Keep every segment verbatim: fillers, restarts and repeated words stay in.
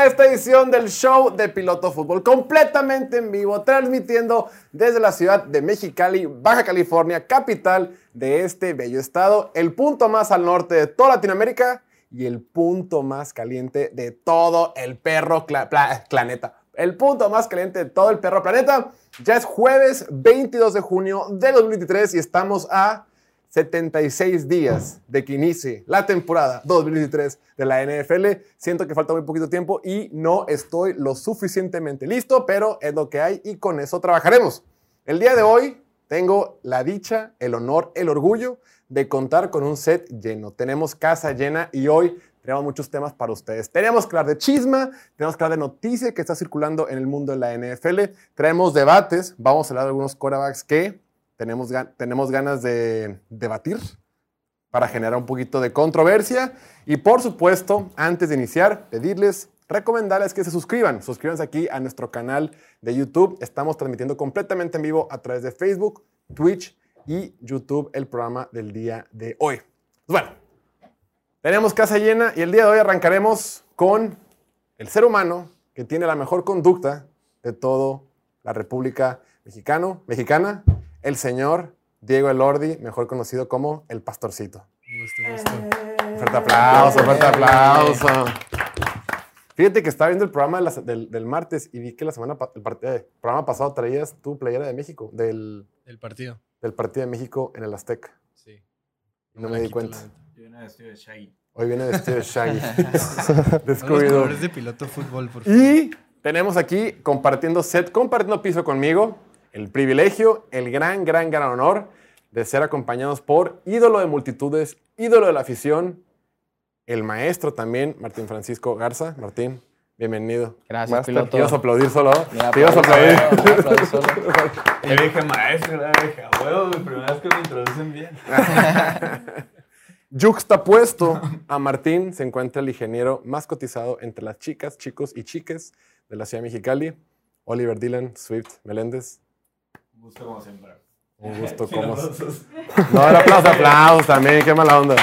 a esta edición del show de Piloto Fútbol, completamente en vivo, transmitiendo desde la ciudad de Mexicali, Baja California, capital de este bello estado, el punto más al norte de toda Latinoamérica y el punto más caliente de todo el perro planeta. El punto más caliente de todo el perro planeta. Ya es jueves veintidós de junio de dos mil veintitrés y estamos a setenta y seis días de que inicie la temporada dos mil veintitrés de la N F L. Siento que falta muy poquito tiempo y no estoy lo suficientemente listo, pero es lo que hay y con eso trabajaremos. El día de hoy tengo la dicha, el honor, el orgullo de contar con un set lleno. Tenemos casa llena y hoy tenemos muchos temas para ustedes. Tenemos que hablar de chisma, tenemos que hablar de noticias que está circulando en el mundo de la N F L. Traemos debates, vamos a hablar de algunos quarterbacks que tenemos, tenemos ganas de debatir para generar un poquito de controversia. Y por supuesto, antes de iniciar, pedirles, recomendarles que se suscriban. Suscríbanse aquí a nuestro canal de YouTube. Estamos transmitiendo completamente en vivo a través de Facebook, Twitch y YouTube el programa del día de hoy. Bueno, tenemos casa llena y el día de hoy arrancaremos con el ser humano que tiene la mejor conducta de toda la República Mexicano, Mexicana, el señor Diego Elordi, mejor conocido como El Pastorcito. Gusto, gusto. Un fuerte aplauso, un fuerte aplauso. Fíjate que estaba viendo el programa de la, del, del martes y vi que la semana el, part, eh, el programa pasado traías tu playera de México, del, del partido. Del partido de México en el Azteca. Sí. No, no me di cuenta. Hoy viene vestido de Shaggy. Hoy viene vestido de Shaggy. Descubrido. Los colores de Piloto Fútbol, por favor. Y tenemos aquí compartiendo set, compartiendo piso conmigo, el privilegio, el gran, gran, gran honor de ser acompañados por ídolo de multitudes, ídolo de la afición, el maestro también, Martín Francisco Garza. Martín, bienvenido. Gracias, Master. piloto. Te ibas a aplaudir solo. Mira, Te ibas a aplaudir. aplaudir solo. Le dije maestro, le dije a huevo, mi primera vez que me introducen bien. Yuxtapuesto a Martín se encuentra el ingeniero más cotizado entre las chicas, chicos y chiques de la ciudad de Mexicali, Oliver Dylan Swift Meléndez. Un gusto como siempre. Un gusto como... No, el aplauso, aplausos también, qué mala onda.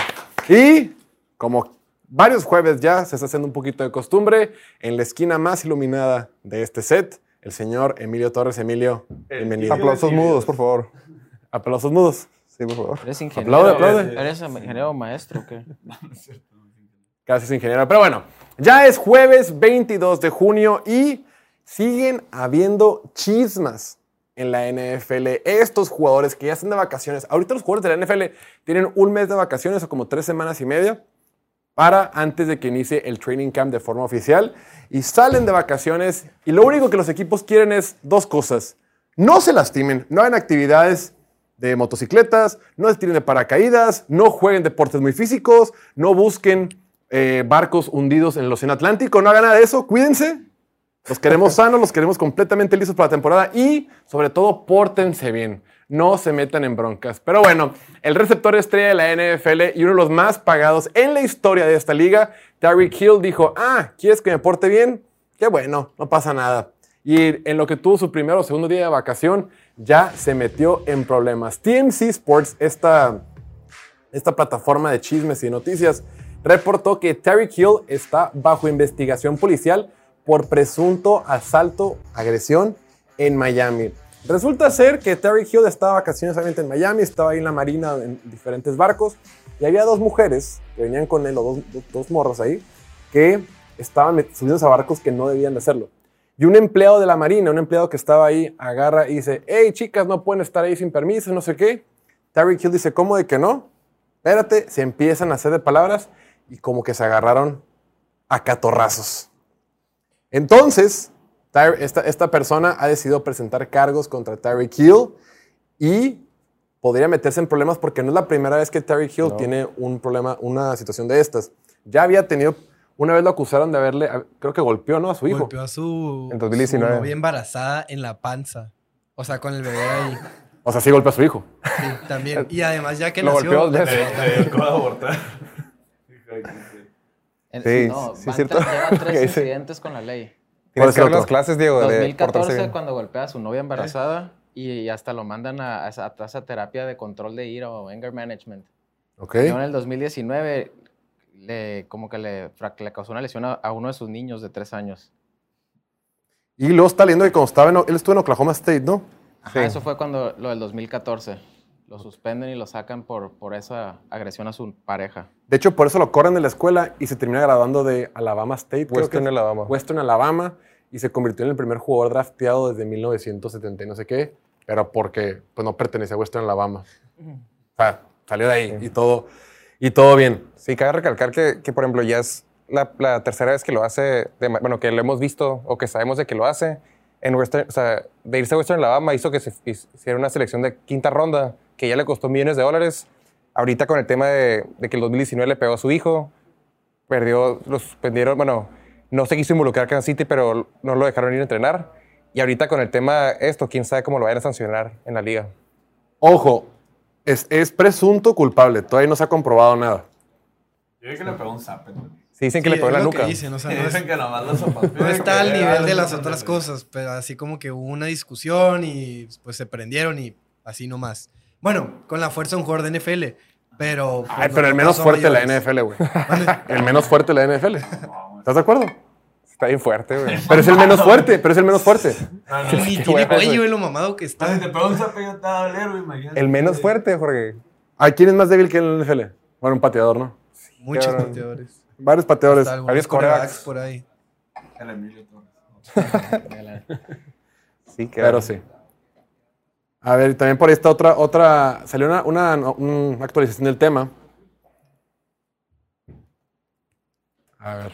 Y como varios jueves ya se está haciendo un poquito de costumbre, en la esquina más iluminada de este set, el señor Emilio Torres. Emilio, bienvenido. Aplausos mudos, por favor. Aplausos mudos. Sí, por favor. ¿Eres ingeniero? Aplaude, aplaude. ¿Eres ingeniero maestro o qué? No, no es cierto. Casi es ingeniero. Pero bueno, ya es jueves veintidós de junio y siguen habiendo chismas en la N F L. Estos jugadores que ya están de vacaciones, ahorita los jugadores de la N F L tienen un mes de vacaciones o como tres semanas y media para antes de que inicie el training camp de forma oficial y salen de vacaciones y lo único que los equipos quieren es dos cosas. No se lastimen, no hagan actividades de motocicletas, no se tiren de paracaídas, no jueguen deportes muy físicos, no busquen eh, barcos hundidos en el Océano Atlántico, no hagan nada de eso, cuídense. Los queremos sanos, los queremos completamente listos para la temporada y, sobre todo, pórtense bien. No se metan en broncas. Pero bueno, el receptor estrella de la N F L y uno de los más pagados en la historia de esta liga, Tyreek Hill, dijo, ah, ¿quieres que me porte bien? Qué bueno, no pasa nada. Y en lo que tuvo su primer o segundo día de vacación, ya se metió en problemas. T M C Sports, esta, esta plataforma de chismes y noticias, reportó que Tyreek Hill está bajo investigación policial por presunto asalto, agresión en Miami. Resulta ser que Tyreek Hill estaba de vacaciones obviamente en Miami, estaba ahí en la marina en diferentes barcos y había dos mujeres que venían con él, o dos, dos, dos morros ahí, que estaban subidos a barcos que no debían de hacerlo. Y un empleado de la marina, un empleado que estaba ahí, agarra y dice, hey chicas, no pueden estar ahí sin permiso, no sé qué. Tyreek Hill dice, ¿cómo de que no? Espérate, se empiezan a hacer de palabras y como que se agarraron a catorrazos. Entonces, esta, esta persona ha decidido presentar cargos contra Tyreek Hill y podría meterse en problemas porque no es la primera vez que Tyreek Hill no. tiene un problema, una situación de estas. Ya había tenido, una vez lo acusaron de haberle, creo que golpeó, ¿no? A su hijo. Golpeó a su, en dos mil diecinueve. su novia embarazada en la panza. O sea, con el bebé ahí. O sea, sí golpeó a su hijo. Sí, también. Y además ya que lo nació... golpeó dos veces. Me dio codo abortar. El, Sí, no, sí, van cierto. tres, lleva tres Sí. incidentes con la ley. Tienes que otro? dar las clases, Diego, dos de mil portarse catorce, bien. cuando golpea a su novia embarazada y hasta lo mandan a, a, a esa terapia de control de ira o anger management. Ok. Luego en el dos mil diecinueve le, como que le, fra- que le causó una lesión a, a uno de sus niños de tres años. Y luego está leyendo que cuando estaba en, él estuvo en Oklahoma State, ¿no? Ajá, Sí. eso fue cuando lo del dos mil catorce. Lo suspenden y lo sacan por, por esa agresión a su pareja. De hecho, por eso lo corren de la escuela y se termina graduando de Alabama State. creo Western que- Alabama. Western Alabama. Y se convirtió en el primer jugador drafteado desde mil novecientos setenta y no sé qué. Pero porque pues, no pertenecía a Western Alabama. O sea, salió de ahí y todo, y todo bien. Sí, cabe recalcar que, que, por ejemplo, ya es la, la tercera vez que lo hace, de ma- bueno, que lo hemos visto o que sabemos de que lo hace. En Western, o sea, de irse a Western Alabama hizo que se his- hiciera una selección de quinta ronda que ya le costó millones de dólares. Ahorita con el tema de, de que el dos mil diecinueve le pegó a su hijo, perdió, lo suspendieron, bueno, no se quiso involucrar Kansas City, pero no lo dejaron ir a entrenar. Y ahorita con el tema esto, quién sabe cómo lo vayan a sancionar en la liga. Ojo, es, es presunto culpable. Todavía no se ha comprobado nada. Yo vi que le pegó un zape. güey. Sí, dicen que Sí, le pegó en es la lo nuca. que dicen, o sea, no, es- Dicen que nomás lo zapateó. no está al que nivel era de las un otras zape. cosas, pero así como que hubo una discusión y pues se prendieron y así nomás. Bueno, con la fuerza de un jugador de N F L, pero... pues, Ay, no- pero el no menos pasó a fuerte de la mayores. N F L, güey. El menos fuerte de la N F L. ¿Estás de acuerdo? Está bien fuerte, güey. Pero es el menos fuerte, pero es el menos fuerte. Ah, no. Ni Qué tiene bueno, cuello, güey. güey, lo mamado que Ah, está. si te pegó un zape ya te va a doler, güey, imagínate. El menos fuerte, Jorge. ¿Hay quién es más débil que en la N F L? Bueno, un pateador, ¿no? Muchos cabrón. pateadores. Varios pateadores. Hasta algunos varios quarterbacks quarterbacks. por ahí. El Emilio Torres. Sí, que Pero sí. A ver, también por ahí está otra, otra, salió una, una, no, una actualización del tema. A ver.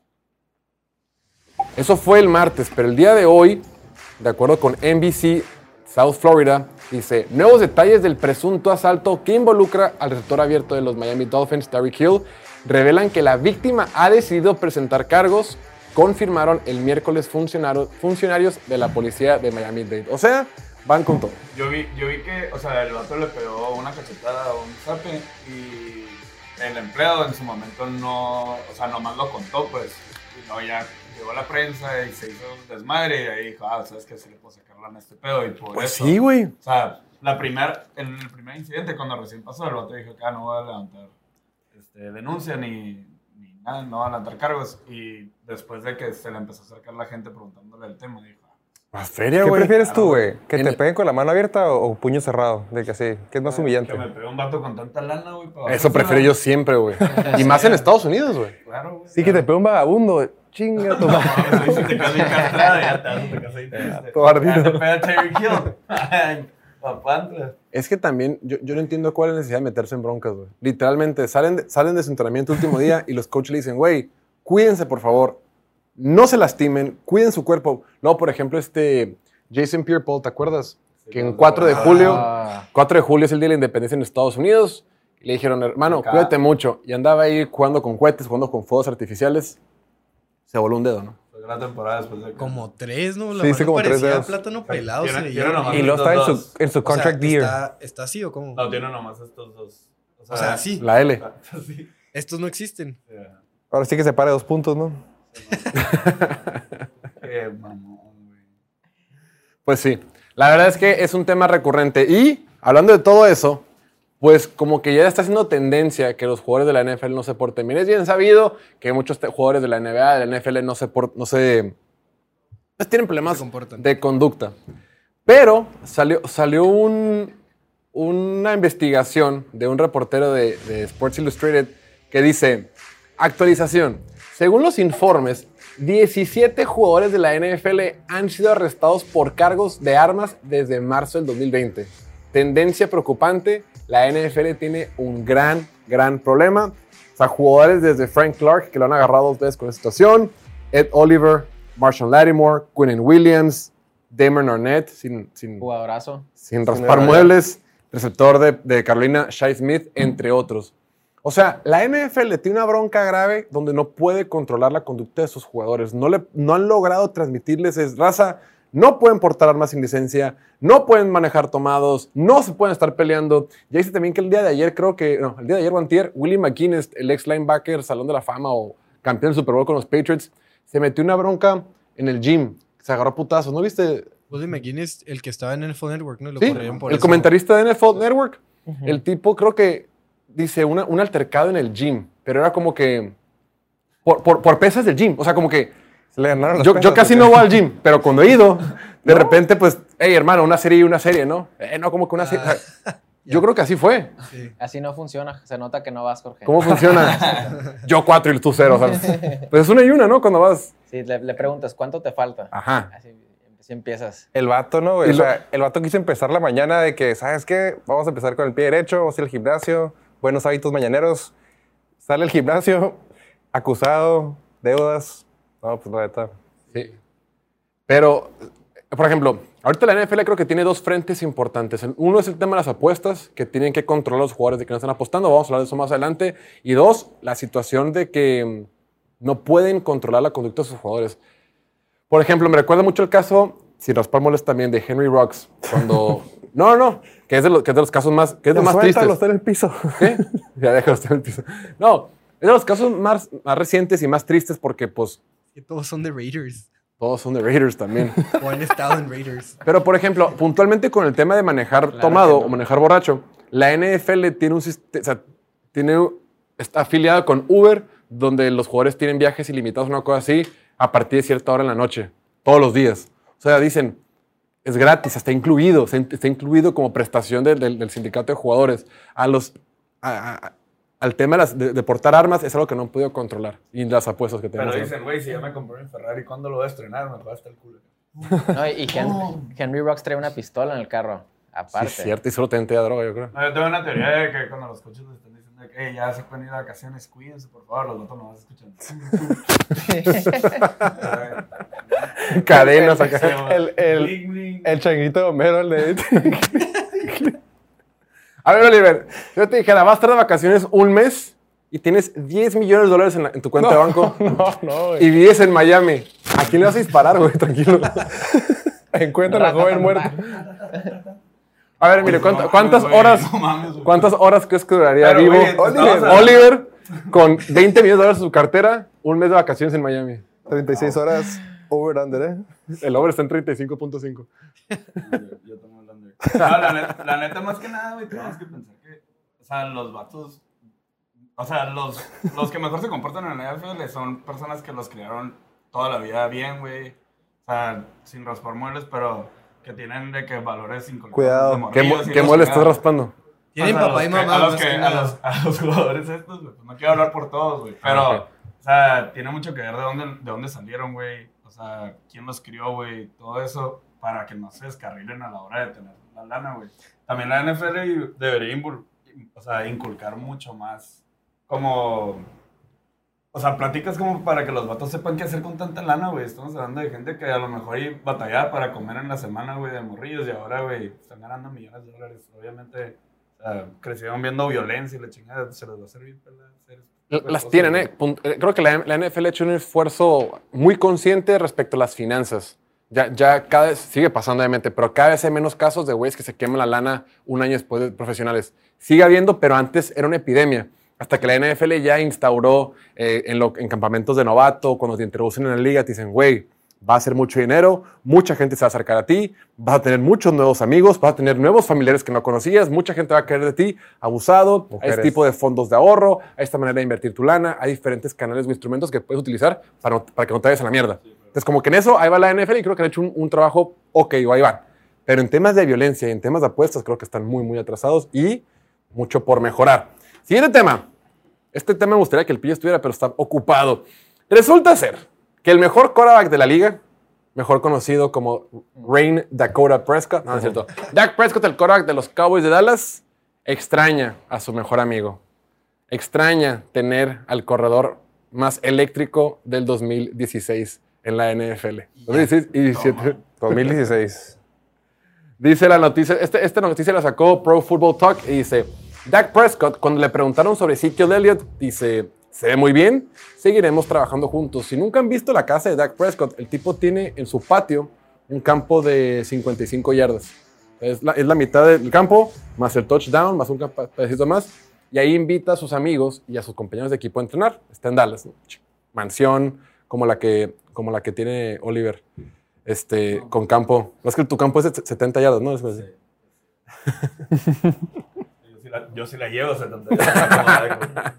Eso fue el martes, pero el día de hoy, de acuerdo con N B C South Florida, dice, nuevos detalles del presunto asalto que involucra al receptor abierto de los Miami Dolphins, Tyreek Hill, revelan que la víctima ha decidido presentar cargos, confirmaron el miércoles funcionario- funcionarios de la policía de Miami-Dade. O sea, van con todo. Yo vi, yo vi que, o sea, el vato le pegó una cachetada a un zape y el empleado en su momento no, o sea, nomás lo contó, pues. Y luego ya llegó la prensa y se hizo un desmadre y ahí dijo, ah, ¿sabes qué? Sí le puedo sacar lana a este pedo y por Pues eso. sí, güey. O sea, la primer, en el primer incidente, cuando recién pasó, el vato dijo que ah, no voy a levantar este, denuncia ni, ni nada, no voy a levantar cargos. Y después de que se le empezó a acercar la gente preguntándole el tema, dijo, Más feria, ¿Qué güey. prefieres tú, güey? ¿Que En te el- peguen con la mano abierta o, o puño cerrado? De que así, ¿qué es más humillante? que me pegó un vato con tanta lana, güey. para Eso bajársela. prefiero yo siempre, güey. Y más en Estados Unidos, güey. Claro, güey. Sí, que te pegue un vagabundo. Chinga tu No, madre. mames, ahí si te quedas bien castrado, ya te vas a te quedas ahí triste. Todo ardido. Ya te pega Tyreek Hill. Ay, papantla. Es que también, yo, yo no entiendo cuál es la necesidad de meterse en broncas, güey. Literalmente, salen de, salen de su entrenamiento último día y los coaches le dicen, güey, cuídense, por favor. No se lastimen, cuiden su cuerpo. Luego, por ejemplo, este Jason Pierre-Paul, ¿te acuerdas? Que en cuatro de julio, Ah. cuatro de julio es el día de la independencia en Estados Unidos. Y le dijeron, hermano, Acá. cuídate mucho. Y andaba ahí jugando con cohetes, jugando con fuegos artificiales. Se voló un dedo, ¿no? Fue gran temporada después de que- Como tres, ¿no? La Sí, mano sí, como tres parecía dedos. plátano pelado. Tiene- se tiene veía. nomás Y luego está en su, Dos. en su O sea, contract year. ¿está, ¿Está así o cómo? No, tiene nomás estos dos. O sea, sí. La L. Sí. Estos no existen. Yeah. Ahora sí que se para dos puntos, ¿no? Qué mamón, güey. Pues sí, la verdad es que es un tema recurrente. Y hablando de todo eso, pues como que ya está haciendo tendencia que los jugadores de la N F L no se porten bien. Es bien sabido que muchos te- jugadores de la N B A, de la N F L, no se, por- no se pues tienen problemas Se comportan. de conducta. Pero salió, salió un- una investigación de un reportero de, de Sports Illustrated que dice, actualización, según los informes, diecisiete jugadores de la N F L han sido arrestados por cargos de armas desde marzo del dos mil veinte. Tendencia preocupante, la N F L tiene un gran, gran problema. O sea, jugadores desde Frank Clark, que lo han agarrado dos veces con esta situación, Ed Oliver, Marshall Lattimore, Quinnen Williams, Damon Arnett, sin, sin, Jugadorazo. sin raspar verdad. muebles, receptor de, de Carolina, Shai Smith, entre otros. O sea, la N F L tiene una bronca grave donde no puede controlar la conducta de sus jugadores. No, le, no han logrado transmitirles es raza. No pueden portar armas sin licencia, no pueden manejar tomados, no se pueden estar peleando. Ya dice también que el día de ayer, creo que, no, el día de ayer o antier, Willie McGinnis, el ex linebacker, Salón de la Fama o campeón del Super Bowl con los Patriots, se metió una bronca en el gym. Se agarró a putazos, ¿no viste? Willie McGinnis, el que estaba en N F L Network, ¿no? Lo Sí, corrieron por el eso. comentarista de N F L Network. El tipo creo que dice, una, un altercado en el gym, pero era como que por, por, por pesas del gym. O sea, como que Le ganaron las yo, pesas, yo casi ¿o qué? no voy al gym, pero cuando he ido, de repente, pues, hey, hermano, una serie y una serie, ¿no? Eh, no, como que una serie. O sea, yo creo que así fue. Sí. Así no funciona. Se nota que no vas, Jorge. ¿Cómo funciona? Yo cuatro y tú cero. O sea, pues es una y una, ¿no? Cuando vas. Sí, le, le preguntas, ¿cuánto te falta? Ajá. Así, así empiezas. El vato, ¿no? güey? Y O lo- sea, el vato quiso empezar la mañana de que, ¿sabes qué? Vamos a empezar con el pie derecho, vamos a ir al gimnasio, buenos hábitos mañaneros. Sale al gimnasio, acusado, deudas. No, pues la neta. Sí. Pero, por ejemplo, ahorita la N F L creo que tiene dos frentes importantes. El- Uno es el tema de las apuestas, que tienen que controlar a los jugadores de que no están apostando. Vamos a hablar de eso más adelante. Y dos, la situación de que mm, no pueden controlar la conducta de sus jugadores. Por ejemplo, me recuerda mucho el caso, si nos palmoles también, de Henry Rocks. Cuando... no, no, que es de los, que es de los casos más, que es de más tristes. Suéltalo, está en el piso. ¿Qué? Ya déjalo estar en el piso. No, es de los casos más, más recientes y más tristes porque, pues, Que todos son de Raiders. todos son de Raiders también. O han estado en Raiders. Pero, por ejemplo, puntualmente con el tema de manejar Claro tomado que no. o manejar borracho, la N F L tiene un sistema, o sea, tiene, está afiliada con Uber, donde los jugadores tienen viajes ilimitados, una cosa así, a partir de cierta hora en la noche, todos los días. O sea, dicen, es gratis, está incluido, está, está incluido como prestación del, del- del sindicato de jugadores. A los, a- a- al tema de, las- de- de portar armas es algo que no han podido controlar. Y las apuestas que tenemos. Pero dicen, güey, si ya me compré mi Ferrari, ¿cuándo lo voy a estrenar? Me va hasta el culo. No, y Hen- Henry Rocks trae una pistola en el carro. Sí, Aparte. es cierto, y solo te entrega droga, yo creo. No, yo tengo una teoría de que cuando los coches le están diciendo que "Ey, ya se pueden ir de vacaciones, cuídense, por favor, los vatos no vas escuchando. Cadenas acá. El- el- Bling, bling. El changuito de Homero, el de... A ver, Oliver, yo te dijera, vas a estar de vacaciones un mes y tienes diez millones de dólares en, la- en tu cuenta de banco No, no, güey. y vives en Miami. ¿A quién le vas a disparar, güey? Tranquilo. Encuentra a la joven muerta. A ver, mire, ¿cuánta- No, ¿cuántas güey, horas no mames, güey. cuántas horas crees que duraría Pero, vivo güey, te Oliver, estabas- Oliver con veinte millones de dólares en su cartera, un mes de vacaciones en Miami? treinta y seis horas over under, ¿eh? El over está en treinta y cinco punto cinco. Yo yo tomo hablando de- No, la neta, la neta, más que nada, güey, tenemos que pensar que, o sea, los vatos, o sea, los, los que mejor se comportan en la N F L son personas que los criaron toda la vida bien, güey. O sea, sin raspar muebles, pero que tienen de que valores inculcados. Cuidado. de ¿Qué, mo- morrillos y qué la mole estás chingada. raspando? Tienen O sea, papá y los que- mamá. A los, más que, que a, nada. los, a los jugadores estos, güey, pues no quiero hablar por todos, güey. Pero, Ah, ok. o sea, tiene mucho que ver de dónde, de dónde salieron, güey. O sea, quién los crió, güey. Todo eso para que no se descarrilen a la hora de tener la lana, güey. También la N F L debería invul- o sea, inculcar mucho más. Como. O sea, pláticas como para que los vatos sepan qué hacer con tanta lana, güey. Estamos hablando de gente que a lo mejor y batallaba para comer en la semana, güey, de morrillos. Y ahora, güey, están ganando millones de dólares. Obviamente, o sea, crecieron viendo violencia y la chingada. Se les va a servir para hacer este tipo de Las cosas, tienen, güey. ¿eh? Punt- eh, Creo que la, la N F L ha hecho un esfuerzo muy consciente respecto a las finanzas. Ya, ya cada vez, sigue pasando obviamente, pero cada vez hay menos casos de güeyes que se queman la lana un año después de profesionales. Sigue habiendo, pero antes era una epidemia. Hasta que la N F L ya instauró eh, en, lo- en campamentos de novato, cuando te introducen en la liga, te dicen, güey, va a ser mucho dinero, mucha gente se va a acercar a ti, vas a tener muchos nuevos amigos, vas a tener nuevos familiares que no conocías, mucha gente va a querer de ti, abusado, hay Mujeres. este tipo de fondos de ahorro, hay esta manera de invertir tu lana, hay diferentes canales o instrumentos que puedes utilizar para, no- para que no te vayas a la mierda. Entonces, como que en eso, ahí va la N F L y creo que han hecho un, un trabajo ok, o ahí van. Pero en temas de violencia y en temas de apuestas, creo que están muy, muy atrasados y mucho por mejorar. Siguiente tema. Este tema me gustaría que el pillo estuviera, pero está ocupado. Resulta ser que el mejor quarterback de la liga, mejor conocido como Rain Dakota Prescott, no, no es cierto, Dak Prescott, el quarterback de los Cowboys de Dallas, extraña a su mejor amigo. Extraña tener al corredor más eléctrico del dos mil dieciséis en la N F L. dos mil dieciséis y diecisiete. dos mil dieciséis. Dice la noticia, este, esta noticia la sacó Pro Football Talk y dice, Dak Prescott, cuando le preguntaron sobre Ezekiel Elliott, dice, se ve muy bien, seguiremos trabajando juntos. Si nunca han visto la casa de Dak Prescott, el tipo tiene en su patio un campo de cincuenta y cinco yardas. Es la, es la mitad del campo, más el touchdown, más un capa- pedacito más. Y ahí invita a sus amigos y a sus compañeros de equipo a entrenar. Está en Dallas, ¿no? Mansión como la que, como la que tiene Oliver. Este, con campo. No es que tu campo es de setenta yardas, ¿no? Es así. Yo sí la, yo sí la llevo setenta y ocho.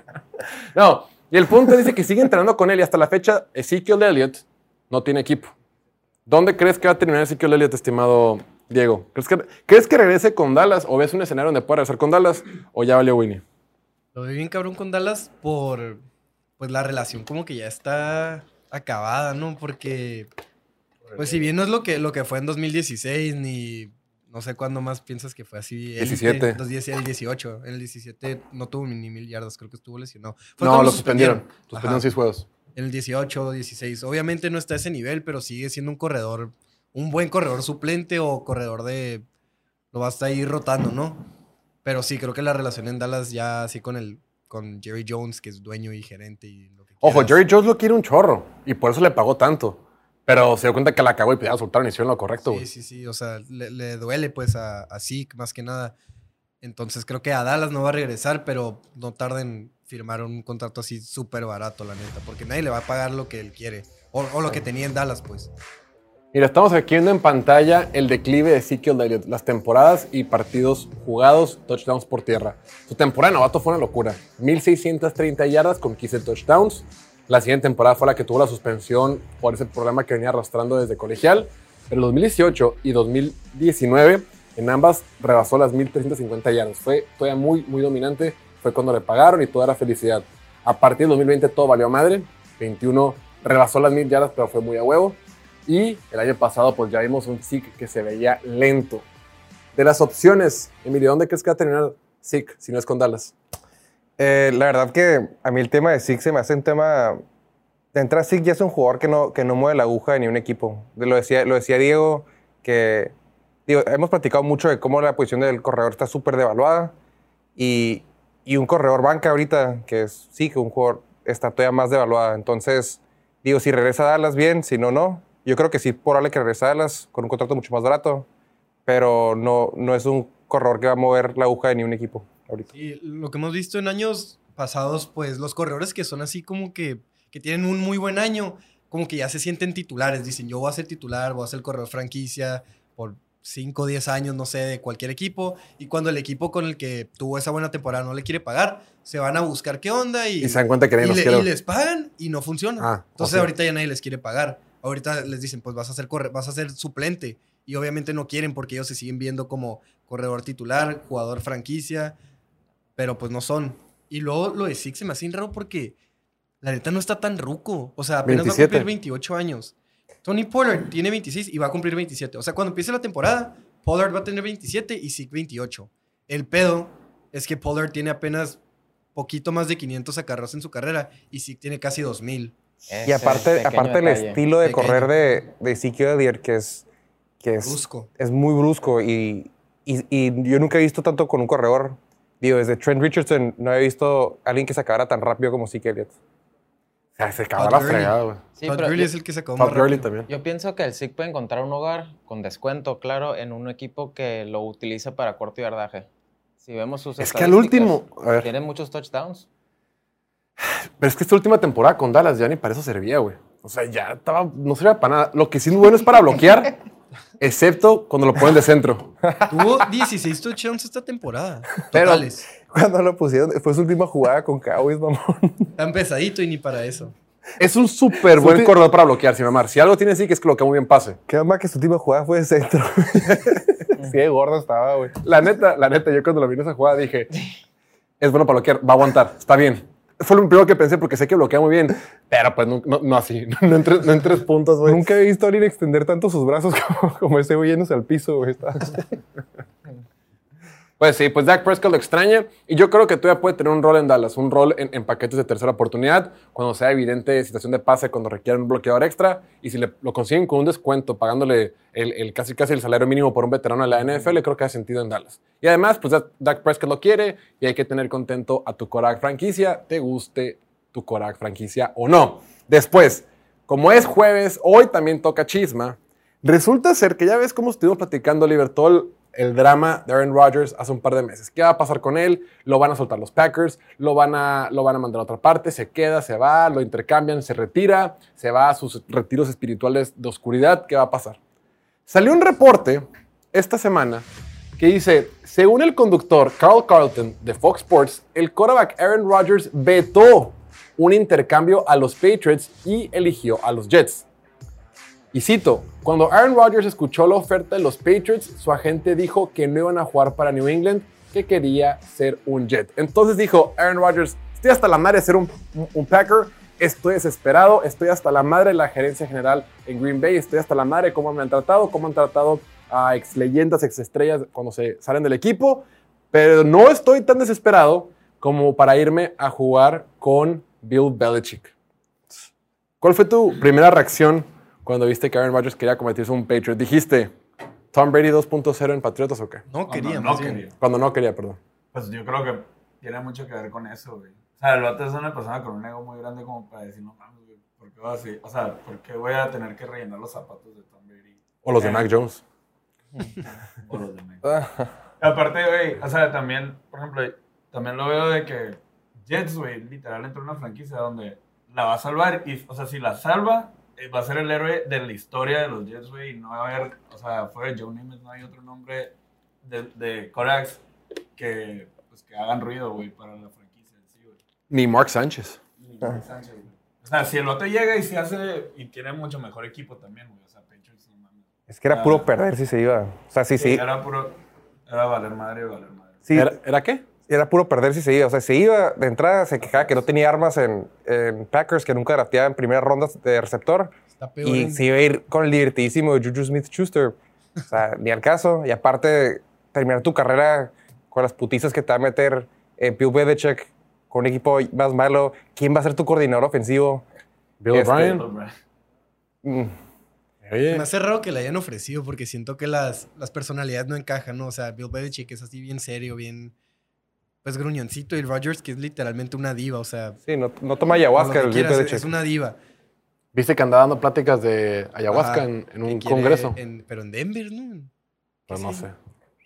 No, y el punto dice que sigue entrenando con él y hasta la fecha Ezekiel Elliott no tiene equipo. ¿Dónde crees que va a terminar Ezekiel Elliott, estimado Diego? ¿Crees que, ¿Crees que regrese con Dallas o ves un escenario donde pueda regresar con Dallas o ya valió Winnie? Lo veo bien cabrón con Dallas por pues la relación como que ya está acabada, ¿no? Porque pues si bien no es lo que, lo que fue en dos mil dieciséis ni no sé cuándo más piensas que fue así. diecisiete. Los diez, el dieciocho. En el diecisiete no tuvo ni mil yardas, creo que estuvo lesionado. Fue No, cuando lo suspendieron. Suspendieron Ajá. seis juegos. En el dieciocho, dieciséis. Obviamente no está a ese nivel, pero sigue siendo un corredor, un buen corredor suplente o corredor de... Lo va a estar ahí rotando, ¿no? Pero sí, creo que la relación en Dallas ya así con el con Jerry Jones, que es dueño y gerente y lo que Ojo, quieras. Jerry Jones lo quiere un chorro y por eso le pagó tanto. Pero se dio cuenta que la cagó y pues ya soltaron y hicieron lo correcto, güey. Sí, sí, sí. O sea, le, le duele pues a, a Zeke más que nada. Entonces creo que a Dallas no va a regresar, pero no tarda en firmar un contrato así súper barato, la neta. Porque nadie le va a pagar lo que él quiere. O, o lo que tenía en Dallas, pues. Mira, estamos aquí viendo en pantalla el declive de Ezekiel Elliott, las temporadas y partidos jugados, touchdowns por tierra. Su temporada de novato fue una locura. mil seiscientas treinta yardas con quince touchdowns. La siguiente temporada fue la que tuvo la suspensión por ese problema que venía arrastrando desde colegial. Pero en dos mil dieciocho y dos mil diecinueve, en ambas rebasó las mil trescientas cincuenta yardas. Fue todavía muy, muy dominante. Fue cuando le pagaron y toda era felicidad. A partir del dos mil veinte todo valió a madre. veintiuno rebasó las mil yardas, pero fue muy a huevo. Y el año pasado, pues ya vimos un Zeke que se veía lento. De las opciones, Emilio, ¿dónde crees que va a terminar Zeke si no es con Dallas? Eh, la verdad que a mí el tema de Zeke se me hace un tema... De entrada, Zeke ya es un jugador que no, que no mueve la aguja de ni un equipo. Lo decía, lo decía Diego, que... Digo, hemos platicado mucho de cómo la posición del corredor está súper devaluada. Y, y un corredor banca ahorita, que es Zeke, un jugador, está todavía más devaluada. Entonces, digo, si regresa a Dallas, bien. Si no, no. Yo creo que sí, probable que regrese a Dallas con un contrato mucho más barato. Pero no, no es un corredor que va a mover la aguja de ni un equipo ahorita. Y lo que hemos visto en años pasados, pues los corredores que son así como que, que tienen un muy buen año, como que ya se sienten titulares. Dicen, yo voy a ser titular, voy a ser corredor franquicia por cinco o diez años, no sé, de cualquier equipo. Y cuando el equipo con el que tuvo esa buena temporada no le quiere pagar, se van a buscar qué onda y, Y se dan cuenta que nadie y, los le- quiere. y les pagan y no funciona. Ah, Entonces ok. ahorita ya nadie les quiere pagar. Ahorita les dicen, pues vas a ser corre vas a ser suplente. Y obviamente no quieren porque ellos se siguen viendo como corredor titular, jugador franquicia, pero pues no son. Y luego lo de Zeke se me hace bien raro porque la neta no está tan ruco. O sea, apenas veintisiete. va a cumplir veintiocho años. Tony Pollard tiene veintiséis y va a cumplir veintisiete. O sea, cuando empiece la temporada, Pollard va a tener veintisiete y Zeke veintiocho. El pedo es que Pollard tiene apenas poquito más de quinientos acarreos en su carrera y Zeke tiene casi dos mil. Y aparte, aparte el estilo de Pequeño. correr de, de Ezekiel Elliott, que es, que es, Brusco. es muy brusco. Y, y, y yo nunca he visto tanto con un corredor. Digo, desde Trent Richardson no he visto a alguien que se acabara tan rápido como Ezekiel Elliott. O sea, se acabó Todd la Gurley. fregada, güey. Sí, Todd pero Gurley yo, es el que se acabó Todd más Gurley rápido. también. yo pienso que el Zeke puede encontrar un hogar con descuento, claro, en un equipo que lo utilice para corto yardaje. Si vemos sus Es que al último, a ver, tiene muchos touchdowns. pero es que esta última temporada con Dallas ya ni para eso servía, güey. O sea, ya estaba, no servía para nada. Lo que sí es bueno es para bloquear, excepto cuando lo ponen de centro. Tuvo dieciséis touchdowns esta temporada. Pero- Totales. Cuando lo pusieron, fue su última jugada con Cowboys, mamón. Tan pesadito y ni para eso. Es un súper buen Su- corredor para bloquear, sin mamar. Si algo tiene sí que es que bloquea muy bien pase. Qué más que su última jugada fue de centro. Sí, de gordo estaba, güey. La neta, la neta, yo cuando lo vi en esa jugada dije, es bueno para bloquear, va a aguantar, está bien. Fue lo primero que pensé porque sé que bloquea muy bien, pero pues no, no, no así, no en, tres, no en tres puntos, güey. Nunca he visto a alguien extender tanto sus brazos como, como ese güey yéndose al piso, güey. Estaba- Pues sí, pues Dak Prescott lo extraña y yo creo que todavía puede tener un rol en Dallas, un rol en, en paquetes de tercera oportunidad, cuando sea evidente situación de pase, cuando requieran un bloqueador extra y si le, lo consiguen con un descuento, pagándole el, el casi casi el salario mínimo por un veterano de la N F L, creo que hace sentido en Dallas. Y además, pues Dak- Dak Prescott lo quiere y hay que tener contento a tu quarterback franquicia, te guste tu quarterback franquicia o no. Después, como es jueves, hoy también toca chisma. Resulta ser que ya ves cómo estuvimos platicando, Oliver, todo el, el drama de Aaron Rodgers hace un par de meses. ¿Qué va a pasar con él? Lo van a soltar los Packers, lo van a, lo van a mandar a otra parte, se queda, se va, lo intercambian, se retira, se va a sus retiros espirituales de oscuridad. ¿Qué va a pasar? Salió un reporte esta semana que dice, según el conductor Carl Carlton de Fox Sports, el quarterback Aaron Rodgers vetó un intercambio a los Patriots y eligió a los Jets. Y cito, cuando Aaron Rodgers escuchó la oferta de los Patriots, su agente dijo que no iban a jugar para New England, que quería ser un Jet. Entonces dijo Aaron Rodgers, estoy hasta la madre de ser un, un, un Packer, estoy desesperado, estoy hasta la madre de la gerencia general en Green Bay, estoy hasta la madre de cómo me han tratado, cómo han tratado a ex leyendas, ex estrellas cuando se salen del equipo, pero no estoy tan desesperado como para irme a jugar con Bill Belichick. ¿Cuál fue tu primera reacción cuando viste que Aaron Rodgers quería convertirse en un Patriot? ¿Dijiste Tom Brady dos punto cero en Patriotas o qué? No quería, no más bien. quería. Cuando no quería, perdón. Pues yo creo que tiene mucho que ver con eso, güey. O sea, el vato es una persona con un ego muy grande como para decir, no mames, güey, ¿por qué voy a así? O sea, ¿por qué voy a tener que rellenar los zapatos de Tom Brady? O los de Eh, Mac Jones. O los de Mac. Aparte, güey, o sea, también, por ejemplo, también lo veo de que Jets, güey, literal entró en una franquicia donde la va a salvar y, o sea, si la salva, eh, va a ser el héroe de la historia de los Jets, güey, y no va a haber, o sea, fuera de Joe Namath no hay otro nombre de, de quarterbacks que, pues, que hagan ruido, güey, para la franquicia en sí, güey. Ni Mark Sánchez. Ni Mark Sánchez, güey. O sea, si el otro llega y se hace, y tiene mucho mejor equipo también, güey, o sea, Patriots, no mames. Es que era puro perder si se iba. O sea, sí, Sí, sí. era puro, era valer madre, valer madre. Sí, ¿Era, ¿Era qué? era puro perder si se iba. O sea, se iba de entrada, se quejaba que no tenía armas en, en Packers, que nunca drafteaba en primeras rondas de receptor. Está peor. Y en- se iba a ir con el divertidísimo de Juju Smith-Schuster. O sea, ni al caso. Y aparte, terminar tu carrera con las putizas que te va a meter en Bill Belichick, con un equipo más malo. ¿Quién va a ser tu coordinador ofensivo? Bill Este, O'Brien. Mm, Oye, Me hace raro que le hayan ofrecido porque siento que las, las personalidades no encajan, ¿no? O sea, Bill Belichick es así bien serio, bien, pues gruñoncito, y Rodgers que es literalmente una diva, o sea, sí, no, no toma lo ayahuasca que el Bill quieras, es, Belichick. es una diva. viste que andaba dando pláticas de ayahuasca Ajá, en, en que un quiere pero en- pero en Denver, ¿no? Pues no sí. sé.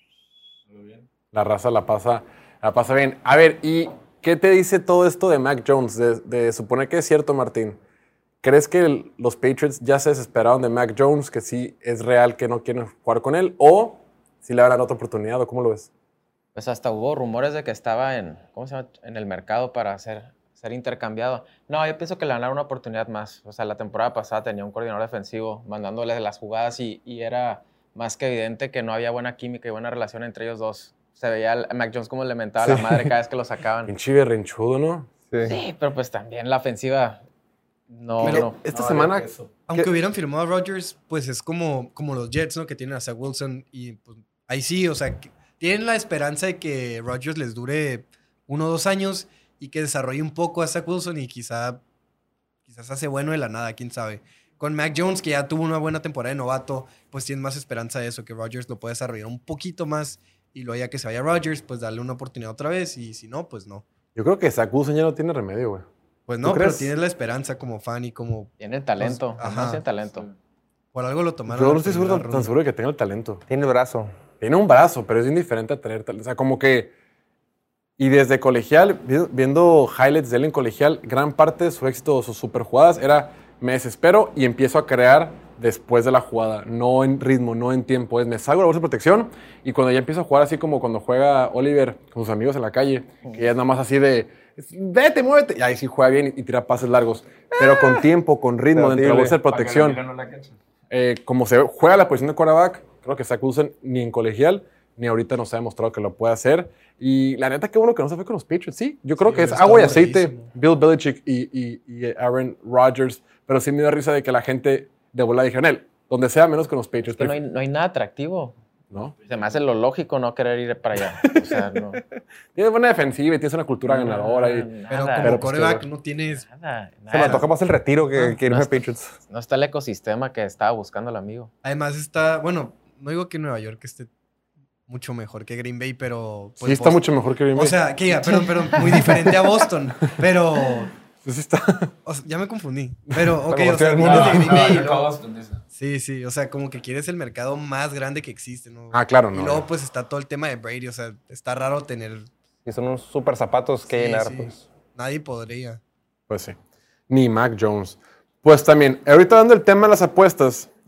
La raza la pasa, la pasa bien. A ver, ¿y qué te dice todo esto de Mac Jones? De, de suponer que es cierto, Martín. ¿Crees que el- los Patriots ya se desesperaron de Mac Jones, que sí es real que no quieren jugar con él? ¿O si le van a dar otra oportunidad? ¿O cómo lo ves? Pues hasta hubo rumores de que estaba en, ¿cómo se llama? En el mercado para ser, ser intercambiado. No, yo pienso que le van a dar una oportunidad más. O sea, la temporada pasada tenía un coordinador defensivo mandándole las jugadas y, y era más que evidente que no había buena química y buena relación entre ellos dos. Se veía a Mac Jones como le mentaba a la Sí. madre cada vez que lo sacaban. Pinche berrinchudo, ¿no? Sí. Sí, pero pues también la ofensiva no, Pero- no. Esta No, semana, vale queso. Aunque ¿Qué? hubieran firmado a Rodgers, pues es como, como los Jets, ¿no? Que tienen a Zach Wilson y pues ahí sí, o sea, que tienen la esperanza de que Rodgers les dure uno o dos años y que desarrolle un poco a Zach Wilson y quizá, quizás hace bueno de la nada, quién sabe. Con Mac Jones, que ya tuvo una buena temporada de novato, pues tienen más esperanza de eso, que Rodgers lo puede desarrollar un poquito más y luego ya que se vaya Rodgers, pues darle una oportunidad otra vez y si no, pues no. yo creo que Zach Wilson ya no tiene remedio, güey. Pues ¿Tú no, pero crees? tienes la esperanza como fan y como Tiene talento. Pues, Ajá. ajá. Tiene talento. por algo lo tomaron. Yo en no la estoy seguro, primera tan, ronda. tan seguro de que tenga el talento. Tiene el brazo. Tiene un brazo, pero es indiferente a tener talento. O sea, como que... Y desde colegial, vi- viendo highlights de él en colegial, gran parte de su éxito, sus super jugadas, era me desespero y empiezo a crear después de la jugada, no en ritmo, no en tiempo. Es me salgo de la bolsa de protección y cuando ya empiezo a jugar así como cuando juega Oliver con sus amigos en la calle, que ya es nada más así de vete, muévete, y ahí sí juega bien y, y tira pases largos, pero con tiempo, con ritmo, dentro de la bolsa de Para que la protección. liga no la cache. Eh, como se juega la posición de quarterback, creo que Zach Wilson ni en colegial ni ahorita nos ha demostrado que lo puede hacer. Y la neta, qué bueno que no se fue con los Patriots. Sí, yo creo Sí, que es hubiera agua y estado aceite buenísimo. Bill Belichick y, y, y Aaron Rodgers. Pero sí me da risa de que la gente de bola dijeron él, donde sea menos con los Patriots. Es que no hay, no hay nada atractivo. ¿No? Se me hace lo lógico no querer ir para allá. O sea, no. Tienes buena defensiva y tienes una cultura ganadora. Y, Nada, Pero nada, como Pero, pues, quarterback qué no tienes... nada, Se me nada. antoja más el retiro que, Ah, que irme no a Patriots. No está el ecosistema que estaba buscando el amigo. Además está... Bueno, no digo que Nueva York esté mucho mejor que Green Bay, pero... pues, sí está Boston- mucho mejor que Green Bay. O sea, que ya, perdón, perdón, muy diferente a Boston, pero... Sí, sí está. o sea, ya me confundí. Pero, ok, Pero o sea, el vienes mundo- de Green Ah, Bay y yo luego- acabo Boston, dice. Sí, sí, o sea, como que quieres el mercado más grande que existe, ¿no? Ah, claro, Y no. luego, pues, está todo el tema de Brady, o sea, está raro tener... Y son unos super zapatos que Sí, llenar. sí. Pues. Nadie podría. Pues sí. Ni Mac Jones. Pues también, ahorita dando el tema de las apuestas,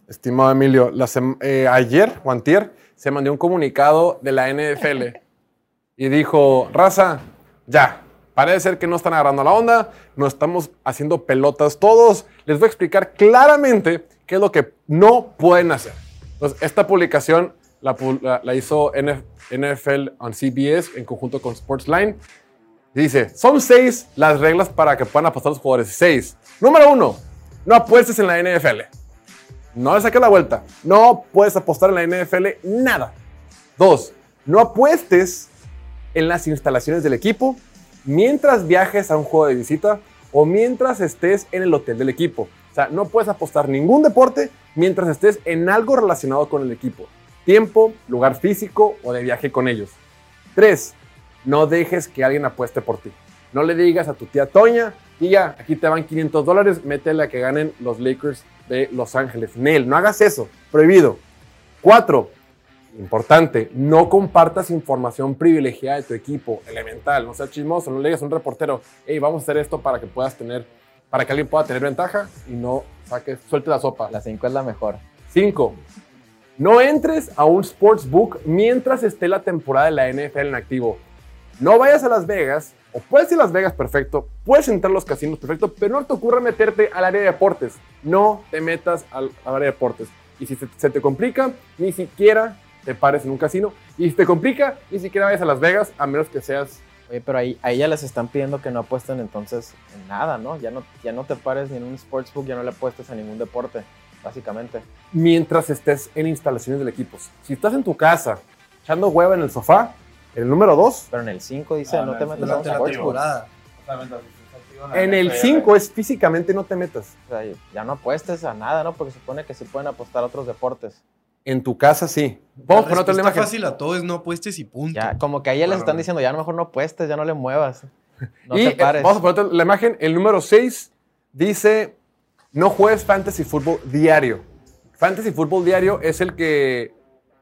estimado Emilio, la sem- eh, ayer o antier se mandó un comunicado de la N F L y dijo, raza, ya, parece ser que no están agarrando la onda, nos estamos haciendo pelotas todos, les voy a explicar claramente qué es lo que no pueden hacer. Entonces, esta publicación la, la, la hizo N F L on C B S en conjunto con Sportsline. Dice, son seis las reglas para que puedan apostar los jugadores. Seis. Número uno, no apuestes en la N F L. No le saques la vuelta. No puedes apostar en la N F L nada. Dos, no apuestes en las instalaciones del equipo mientras viajes a un juego de visita o mientras estés en el hotel del equipo. O sea, no puedes apostar ningún deporte mientras estés en algo relacionado con el equipo. Tiempo, lugar físico o de viaje con ellos. Tres, no dejes que alguien apueste por ti. No le digas a tu tía Toña, tía, aquí te van quinientos dólares, métele a que ganen los Lakers de Los Ángeles. Nel, no hagas eso. Prohibido. Cuatro, importante, no compartas información privilegiada de tu equipo. Elemental, no seas chismoso, no le digas a un reportero, hey, vamos a hacer esto para que puedas tener, para que alguien pueda tener ventaja y no saques, suelte la sopa. La cinco es la mejor. Cinco, no entres a un sportsbook mientras esté la temporada de la N F L en activo. No vayas a Las Vegas, o puedes ir a Las Vegas, perfecto, puedes entrar a los casinos, perfecto, pero no te ocurra meterte al área de deportes. No te metas al, al área de deportes. Y si se, se te complica, ni siquiera te pares en un casino. Y si te complica, ni siquiera vayas a Las Vegas, a menos que seas... Oye, pero ahí, ahí ya les están pidiendo que no apuesten entonces en nada, ¿no? Ya no, ya no te pares ni en un sportsbook, ya no le apuestes a ningún deporte, básicamente. Mientras estés en instalaciones del equipo. Si estás en tu casa, echando hueva en el sofá, el número dos. Pero en el cinco dice, Ah, no, no, te es metas a un Durante la sportsbook. temporada. Justamente así se activa la En el N F L. cinco es físicamente no te metas. O sea, ya no apuestes a nada, ¿no? Porque supone que sí pueden apostar a otros deportes. En tu casa sí. La Vamos a poner otra respuesta imagen. fácil a todo es no apuestes y punto. Ya, como que a ella les Claro. están diciendo, ya a lo mejor no apuestes, ya no le muevas. No y te pares. eh, vamos a poner otra- la imagen. El número seis dice, no juegues fantasy fútbol diario. Fantasy fútbol diario es el que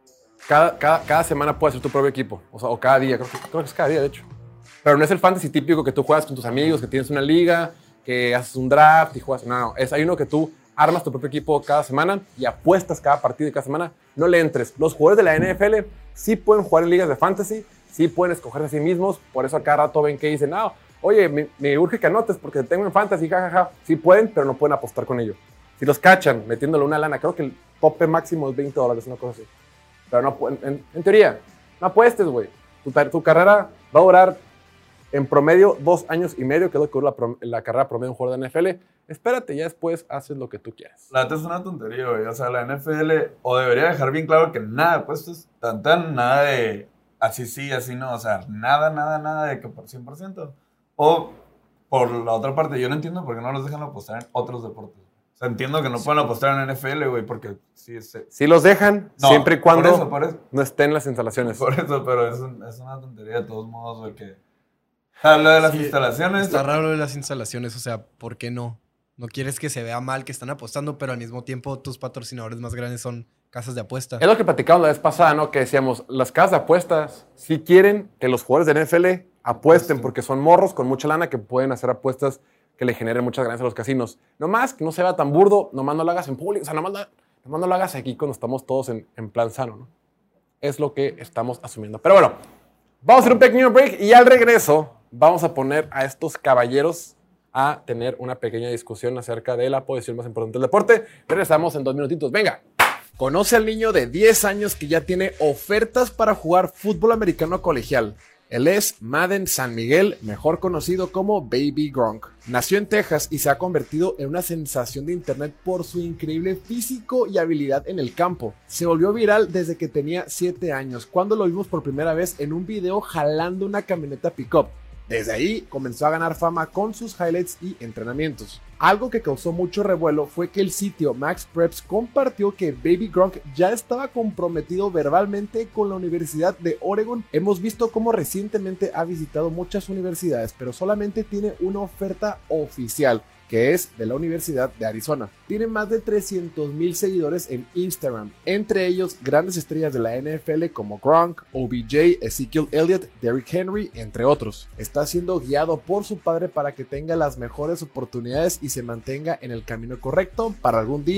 cada, cada, cada semana puedes hacer tu propio equipo. O sea, o cada día. Creo que, creo que es cada día, de hecho. Pero no es el fantasy típico que tú juegas con tus amigos, que tienes una liga, que haces un draft y juegas. No, no. Es, hay uno que tú armas tu propio equipo cada semana y apuestas cada partido de cada semana. No le entres. Los jugadores de la N F L sí pueden jugar en ligas de fantasy, sí pueden escogerse a sí mismos. Por eso a cada rato ven que dicen, no, oye, me, me urge que anotes porque tengo en fantasy, jajaja. Sí pueden, pero no pueden apostar con ello. Si los cachan metiéndole una lana, creo que el tope máximo es veinte dólares, una cosa así. Pero no, en, en, en teoría, no apuestes, güey. Tu, tu carrera va a durar en promedio dos años y medio, que es lo que dura la, la carrera promedio de un jugador de N F L. Espérate, ya después haces lo que tú quieras. La neta es una tontería, güey. O sea, la N F L o debería dejar bien claro que nada, pues es tan tan, nada de así sí, así no. O sea, nada, nada, nada de que por cien por ciento. O por la otra parte, yo no entiendo por qué no los dejan apostar en otros deportes. O sea, entiendo que no pueden apostar en N F L, güey, porque sí es... Si los dejan, No, siempre y cuando por eso, por eso. no estén en las instalaciones. Por eso, pero es, un- es una tontería de todos modos, güey, que... Habla de las Sí, instalaciones. Está raro lo de las instalaciones, o sea, ¿por qué no? No quieres que se vea mal que están apostando, pero al mismo tiempo tus patrocinadores más grandes son casas de apuesta. Es lo que platicamos la vez pasada, ¿no? Que decíamos, las casas de apuestas sí quieren que los jugadores de N F L apuesten porque son morros con mucha lana que pueden hacer apuestas que le generen muchas ganancias a los casinos. Nomás que no se vea tan burdo, nomás no lo hagas en público, o sea, nomás, la- nomás no lo hagas aquí cuando estamos todos en, en plan sano, ¿no? Es lo que estamos asumiendo. Pero bueno, vamos a hacer un pequeño break y al regreso vamos a poner a estos caballeros a tener una pequeña discusión acerca de la posición más importante del deporte. Regresamos en dos minutitos. Venga. Conoce al niño de diez años que ya tiene ofertas para jugar fútbol americano colegial. Él es Madden San Miguel, mejor conocido como Baby Gronk. Nació en Texas y se ha convertido en una sensación de internet por su increíble físico y habilidad en el campo. Se volvió viral desde que tenía siete años, cuando lo vimos por primera vez en un video jalando una camioneta pick-up. Desde ahí comenzó a ganar fama con sus highlights y entrenamientos. Algo que causó mucho revuelo fue que el sitio Max Preps compartió que Baby Gronk ya estaba comprometido verbalmente con la Universidad de Oregon. Hemos visto cómo recientemente ha visitado muchas universidades, pero solamente tiene una oferta oficial, que es de la Universidad de Arizona. Tiene más de trescientos mil seguidores en Instagram, entre ellos grandes estrellas de la N F L como Gronk, O B J, Ezekiel Elliott, Derrick Henry, entre otros. Está siendo guiado por su padre para que tenga las mejores oportunidades y se mantenga en el camino correcto para algún día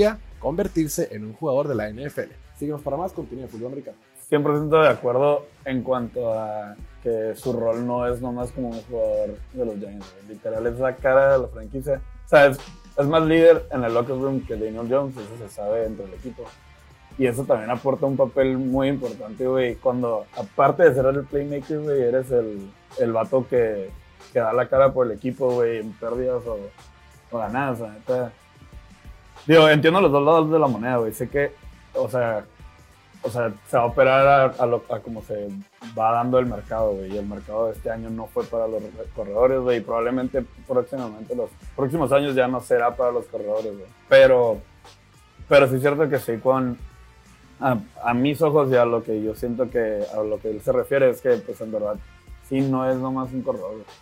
convertirse en un jugador de la N F L. Síguenos para más contenido de fútbol americano. cien por ciento de acuerdo en cuanto a que su rol no es nomás como un jugador de los Giants. Güey. Literal es la cara de la franquicia. O sea, es, es más líder en el locker room que Daniel Jones, eso se sabe dentro del equipo. Y eso también aporta un papel muy importante, güey. Cuando, aparte de ser el playmaker, güey, eres el, el vato que, que da la cara por el equipo, güey, en pérdidas o, o ganadas, la neta. Digo, entiendo los dos lados de la moneda, güey. Sé que, o sea, o sea, se va a operar a, a, lo, a como se va dando el mercado, güey. Y el mercado de este año no fue para los corredores, güey. Y probablemente próximamente, los próximos años ya no será para los corredores, güey. Pero, pero sí es cierto que sí, con... A, a mis ojos y a lo que yo siento que a lo que él se refiere es que, pues en verdad, sí no es nomás un corredor, güey.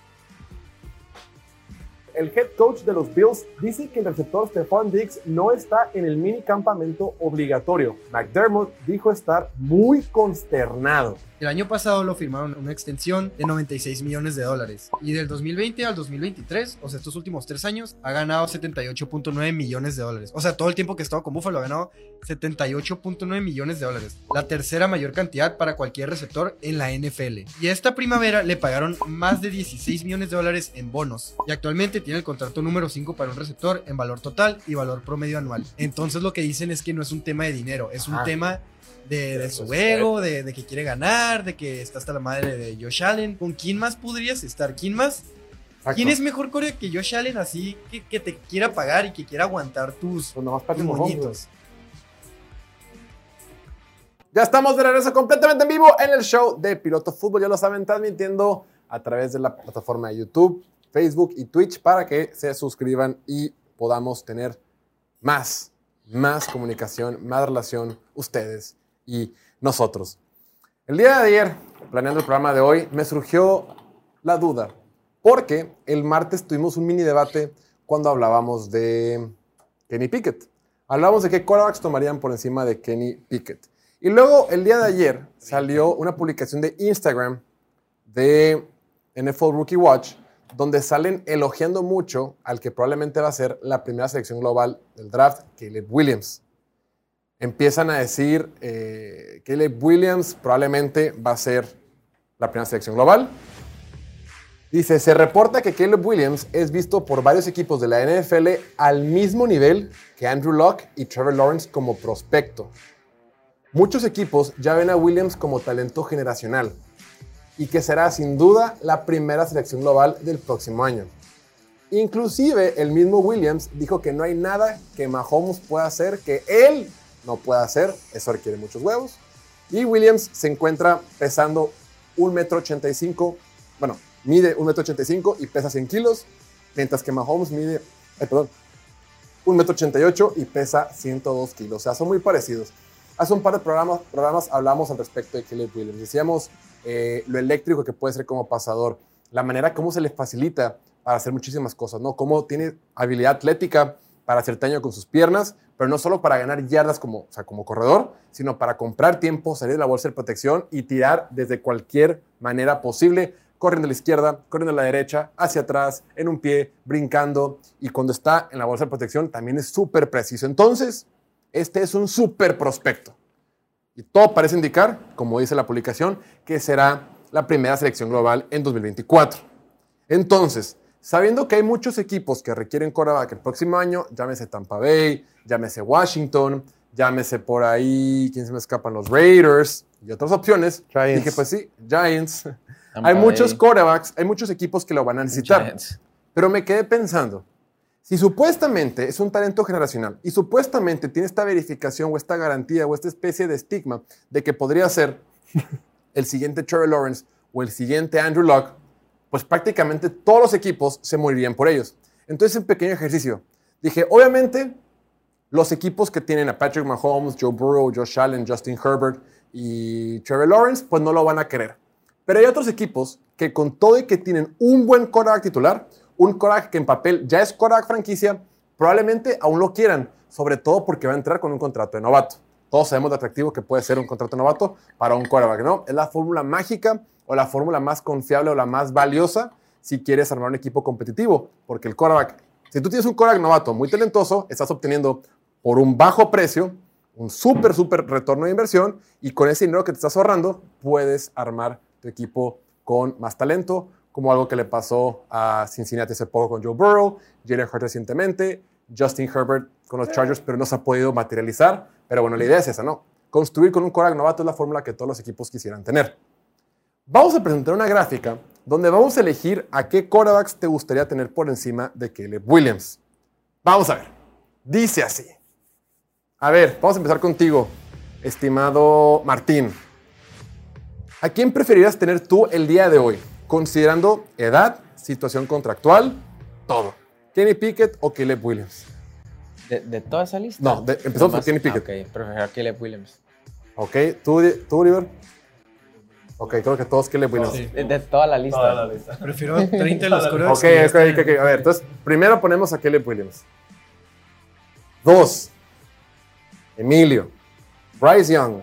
El head coach de los Bills dice que el receptor Stephon Diggs no está en el mini campamento obligatorio. McDermott dijo estar muy consternado. El año pasado lo firmaron una extensión de noventa y seis millones de dólares. Y del dos mil veinte al dos mil veintitrés, o sea, estos últimos tres años, ha ganado setenta y ocho punto nueve millones de dólares. O sea, todo el tiempo que ha estado con Buffalo ha ganado setenta y ocho punto nueve millones de dólares. La tercera mayor cantidad para cualquier receptor en la N F L. Y esta primavera le pagaron más de dieciséis millones de dólares en bonos. Y actualmente tiene el contrato número cinco para un receptor en valor total y valor promedio anual. Entonces lo que dicen es que no es un tema de dinero, es un ah. tema... De, de su ego, de, de que quiere ganar, de que está hasta la madre de Josh Allen. ¿Con quién más podrías estar? ¿Quién más? Exacto. ¿Quién es mejor Corey que Josh Allen así que, que te quiera pagar y que quiera aguantar tus, pues nomás tus moñitos? Ya estamos de regreso completamente en vivo en el show de Piloto Fútbol. Ya lo saben, transmitiendo a través de la plataforma de YouTube, Facebook y Twitch para que se suscriban y podamos tener más, más comunicación, más relación ustedes y nosotros. El día de ayer, planeando el programa de hoy, me surgió la duda, porque el martes tuvimos un mini debate cuando hablábamos de Kenny Pickett. Hablábamos de qué quarterbacks tomarían por encima de Kenny Pickett. Y luego, el día de ayer, salió una publicación de Instagram de N F L Rookie Watch, donde salen elogiando mucho al que probablemente va a ser la primera selección global del draft, Caleb Williams. Empiezan a decir eh, Caleb Williams probablemente va a ser la primera selección global. Dice, se reporta que Caleb Williams es visto por varios equipos de la N F L al mismo nivel que Andrew Luck y Trevor Lawrence como prospecto. Muchos equipos ya ven a Williams como talento generacional y que será sin duda la primera selección global del próximo año. Inclusive el mismo Williams dijo que no hay nada que Mahomes pueda hacer que él no puede hacer, eso requiere muchos huevos. Y Williams se encuentra pesando un metro ochenta y cinco, bueno, mide un metro ochenta y cinco y pesa cien kilos, mientras que Mahomes mide, eh, perdón, un metro ochenta y ocho y pesa ciento dos kilos. O sea, son muy parecidos. Hace un par de programas, programas hablamos al respecto de Caleb Williams. Decíamos eh, lo eléctrico que puede ser como pasador, la manera como se le facilita para hacer muchísimas cosas, ¿no? Cómo tiene habilidad atlética para hacer daño con sus piernas, pero no solo para ganar yardas como, o sea, como corredor, sino para comprar tiempo, salir de la bolsa de protección y tirar desde cualquier manera posible, corriendo a la izquierda, corriendo a la derecha, hacia atrás, en un pie, brincando, y cuando está en la bolsa de protección también es súper preciso. Entonces, este es un súper prospecto. Y todo parece indicar, como dice la publicación, que será la primera selección global en dos mil veinticuatro. Entonces, sabiendo que hay muchos equipos que requieren quarterback el próximo año, llámese Tampa Bay, llámese Washington, llámese por ahí, ¿quién se me escapan? Los Raiders y otras opciones. Giants. Dije, pues sí, Giants. Tampa hay muchos Bay. quarterbacks, hay muchos equipos que lo van a necesitar. Giants. Pero me quedé pensando, si supuestamente es un talento generacional y supuestamente tiene esta verificación o esta garantía o esta especie de estigma de que podría ser el siguiente Trevor Lawrence o el siguiente Andrew Luck, pues prácticamente todos los equipos se morirían por ellos. Entonces, un pequeño ejercicio. Dije, obviamente, los equipos que tienen a Patrick Mahomes, Joe Burrow, Josh Allen, Justin Herbert y Trevor Lawrence, pues no lo van a querer. Pero hay otros equipos que con todo y que tienen un buen quarterback titular, un quarterback que en papel ya es quarterback franquicia, probablemente aún lo quieran, sobre todo porque va a entrar con un contrato de novato. Todos sabemos lo atractivo que puede ser un contrato de novato para un quarterback, ¿no? Es la fórmula mágica o la fórmula más confiable o la más valiosa si quieres armar un equipo competitivo, porque el quarterback, si tú tienes un quarterback novato muy talentoso, estás obteniendo por un bajo precio, un súper, súper retorno de inversión, y con ese dinero que te estás ahorrando, puedes armar tu equipo con más talento, como algo que le pasó a Cincinnati hace poco con Joe Burrow, Jalen Hurts recientemente, Justin Herbert con los Chargers, pero no se ha podido materializar. Pero bueno, la idea es esa, ¿no? Construir con un quarterback novato es la fórmula que todos los equipos quisieran tener. Vamos a presentar una gráfica donde vamos a elegir a qué quarterbacks te gustaría tener por encima de Caleb Williams. Vamos a ver. Dice así. A ver, vamos a empezar contigo, estimado Martín. ¿A quién preferirías tener tú el día de hoy? Considerando edad, situación contractual, todo. ¿Kenny Pickett o Caleb Williams? ¿De, de toda esa lista? No, de, empezamos por Kenny Ah, Pickett. ok, prefiero a Caleb Williams. Ok, ¿tú, tú Oliver? Ok, creo que todos Caleb Williams. Sí. De, de toda la lista. Toda la lista. Prefiero treinta de los quarterbacks. Ok, que ya ok, están ok, ok. A ver, entonces, primero ponemos a Caleb Williams. Dos. Emilio. Bryce Young.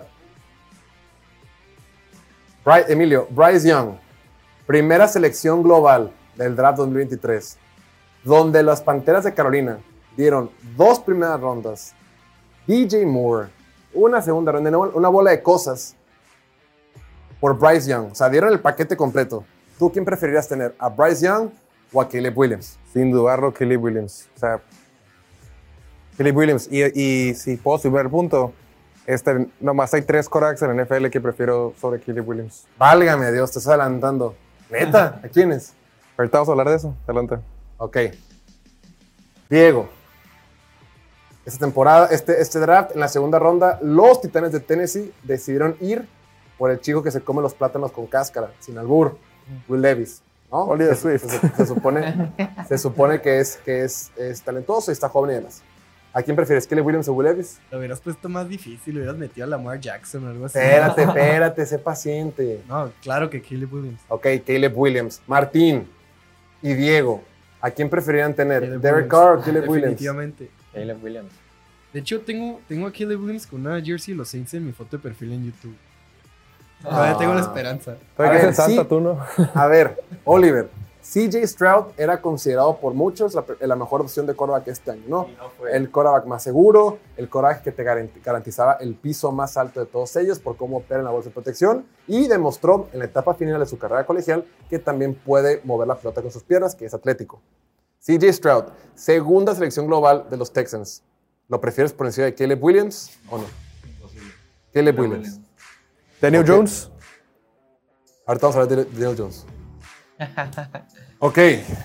Bry- Emilio, Bryce Young. Primera selección global del draft dos mil veintitrés, donde las Panteras de Carolina dieron dos primeras rondas, D J Moore, una segunda ronda, una bola de cosas por Bryce Young. O sea, dieron el paquete completo. ¿Tú quién preferirías tener? ¿A Bryce Young o a Caleb Williams? Sin dudarlo, Caleb Williams. O sea, Caleb Williams. Y, y si puedo subir el punto, este, nomás hay tres quarterbacks en la N F L que prefiero sobre Caleb Williams. Válgame Dios, te estás adelantando. ¿Neta? ¿A quiénes? Ahorita vamos a hablar de eso. Adelante. Ok. Diego. Esta temporada, este, este draft, en la segunda ronda, los Titanes de Tennessee decidieron ir por el chico que se come los plátanos con cáscara, sin albur, Will Levis. ¿No? Oliver se, Swift. Se, se supone, se supone que, es, que es, es talentoso y está joven y demás. ¿A quién prefieres, Caleb Williams o Will Levis? Lo hubieras puesto más difícil, lo hubieras metido a Lamar Jackson o algo así. Espérate, espérate, sé paciente. No, claro que Caleb Williams. Ok, Caleb Williams. Martín y Diego, ¿a quién preferirían tener? Caleb ¿Derek Williams. Carr o Caleb Williams? Definitivamente. Caleb Williams. De hecho, tengo, tengo a Caleb Williams con una jersey de los Saints en mi foto de perfil en YouTube. Ah. Todavía tengo la esperanza. Todavía A que ver, es el Santa, sí. tú, ¿no? A ver, Oliver, C J Stroud era considerado por muchos la, la mejor opción de quarterback este año, ¿no? Y no fue. El quarterback más seguro, el quarterback que te garanti- garantizaba el piso más alto de todos ellos por cómo opera en la bolsa de protección, y demostró en la etapa final de su carrera colegial que también puede mover la pelota con sus piernas, que es atlético. C J Stroud, segunda selección global de los Texans. ¿Lo prefieres por encima de Caleb Williams o no? Imposible. Caleb Williams. Daniel Ok. Jones. Ahorita vamos a hablar de Daniel Jones. Ok.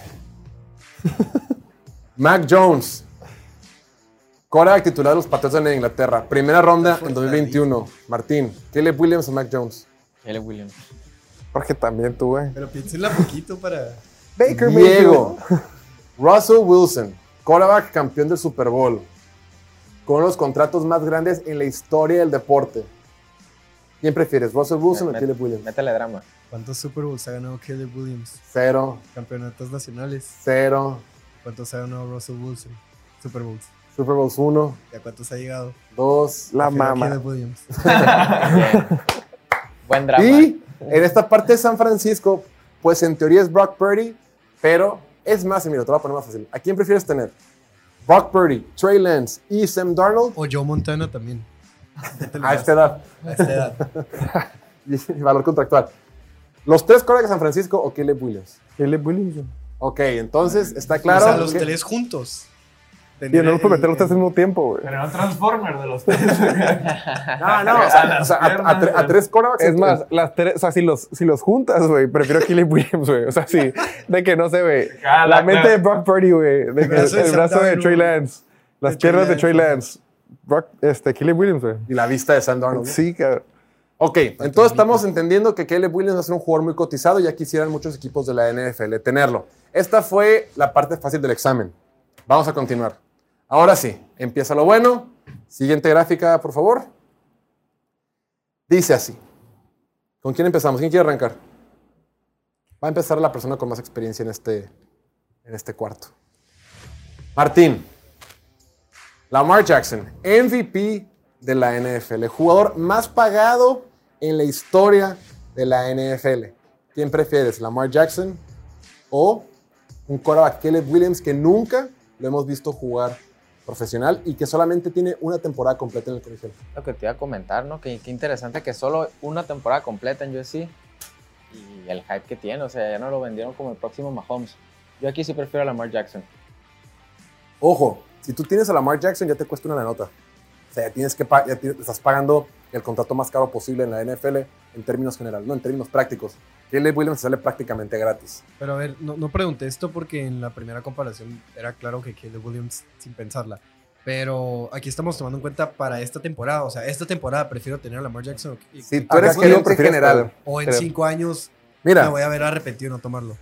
Mac Jones. Quarterback titular de los Patriotas de Inglaterra. Primera ronda en dos mil veintiuno. Martín, Caleb Williams o Mac Jones. Caleb Williams. Porque también tú, güey. Pero piénsenla poquito para... Baker Diego. Russell Wilson. Quarterback campeón del Super Bowl. Con los contratos más grandes en la historia del deporte. ¿Quién prefieres, Russell Wilson o Met- Caleb Williams? Métele drama. ¿Cuántos Super Bowls ha ganado Caleb Williams? Cero, Campeonatos nacionales. cero. ¿Cuántos ha ganado Russell Wilson? Super Bowls. Super Bowls uno, ¿Y a cuántos ha llegado? dos. La Prefiero a mama. Caleb Williams. Bien. Buen drama. Y en esta parte de San Francisco, pues en teoría es Brock Purdy, pero es más, y mira, te lo voy a poner más fácil. ¿A quién prefieres tener? Brock Purdy, Trey Lance y Sam Darnold O Joe Montana también. a esta edad. A esta edad. Y valor contractual. ¿Los tres quarterbacks de San Francisco o Caleb Williams? Caleb Williams. güey. Ok, entonces está claro. O sea, los que- tres juntos. Y no los puedo meter los tres al mismo tiempo, güey. Pero era un Transformer de los tres. No, no, o sea, o sea, a, a tre- a tres quarterbacks. Es más, las tres, o sea, si los, si los juntas, güey, prefiero a Caleb Williams, güey. O sea, sí, de que no sé, güey. Ah, La la mente clave. de Brock Purdy, güey. De que El brazo de el Sam brazo de Darnold. Trey Lance. Las De Trey piernas de Trey Lance. Lance. Brock, este, Caleb Williams, güey. Y la vista de Sam Darnold. ¿no? Sí, cabrón. Ok, entonces estamos entendiendo que Caleb Williams va a ser un jugador muy cotizado y ya quisieran muchos equipos de la N F L tenerlo. Esta fue la parte fácil del examen. Vamos a continuar. Ahora sí, empieza lo bueno. Siguiente gráfica, por favor. Dice así. ¿Con quién empezamos? ¿Quién quiere arrancar? Va a empezar la persona con más experiencia en este, en este cuarto. Martín. Lamar Jackson, M V P de la N F L, jugador más pagado en la historia de la N F L. ¿Quién prefieres, Lamar Jackson o un quarterback Caleb Williams que nunca lo hemos visto jugar profesional y que solamente tiene una temporada completa en el colegial. Lo que te iba a comentar, ¿no? Qué, qué interesante que solo una temporada completa en U S C y el hype que tiene, o sea, ya no lo vendieron como el próximo Mahomes. Yo aquí sí prefiero a Lamar Jackson. Ojo, si tú tienes a Lamar Jackson ya te cuesta una la nota. O sea, ya, tienes que pa- ya tienes- estás pagando el contrato más caro posible en la N F L en términos generales, no en términos prácticos. Caleb Williams sale prácticamente gratis. Pero a ver, no, no pregunté esto porque en la primera comparación era claro que Caleb Williams sin pensarla. Pero aquí estamos tomando en cuenta para esta temporada. O sea, esta temporada prefiero tener a Lamar Jackson. o- Si tú eres Acá Caleb gerente prefieres general, O en Creo. cinco años mira, me voy a ver arrepentido de no tomarlo.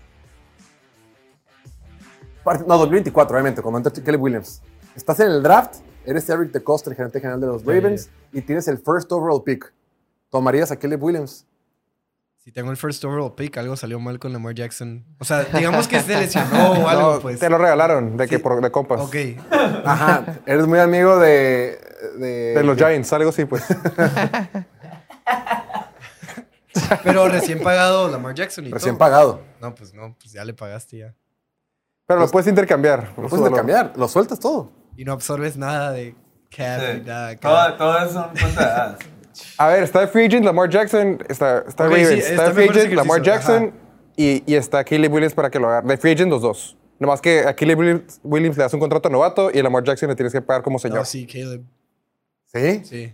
part- no, dos mil veinticuatro, obviamente, cuando entra Caleb Williams. Estás en el draft, eres Eric DeCosta, el gerente general de los Ya, Ravens, y tienes el first overall pick. ¿Tomarías a Caleb Williams? Si tengo el first overall pick, algo salió mal con Lamar Jackson. O sea, digamos que se lesionó o algo, No, pues. te lo regalaron de que Sí. por de compas. Ok. Ajá, eres muy amigo de... De, De los Giants, algo así, pues. Pero recién pagado Lamar Jackson y Recién todo. pagado. No, pues no, pues ya le pagaste ya. Pero lo puedes intercambiar. Lo puedes intercambiar, lo sueltas todo. Y no absorbes nada de cap Sí. ni nada. Todo, todo es un cuenta de hadas. A ver, está Free Agent, Lamar Jackson, está, está Ok, sí, Ravens, está está Free mejor ese Agent, Lamar ejercicio, Jackson y, y está Caleb Williams para que lo haga. De Free Agent los dos. Nomás que a Caleb Williams, Williams le das un contrato novato y a Lamar Jackson le tienes que pagar como señor. No, sí, Caleb. ¿Sí? Sí.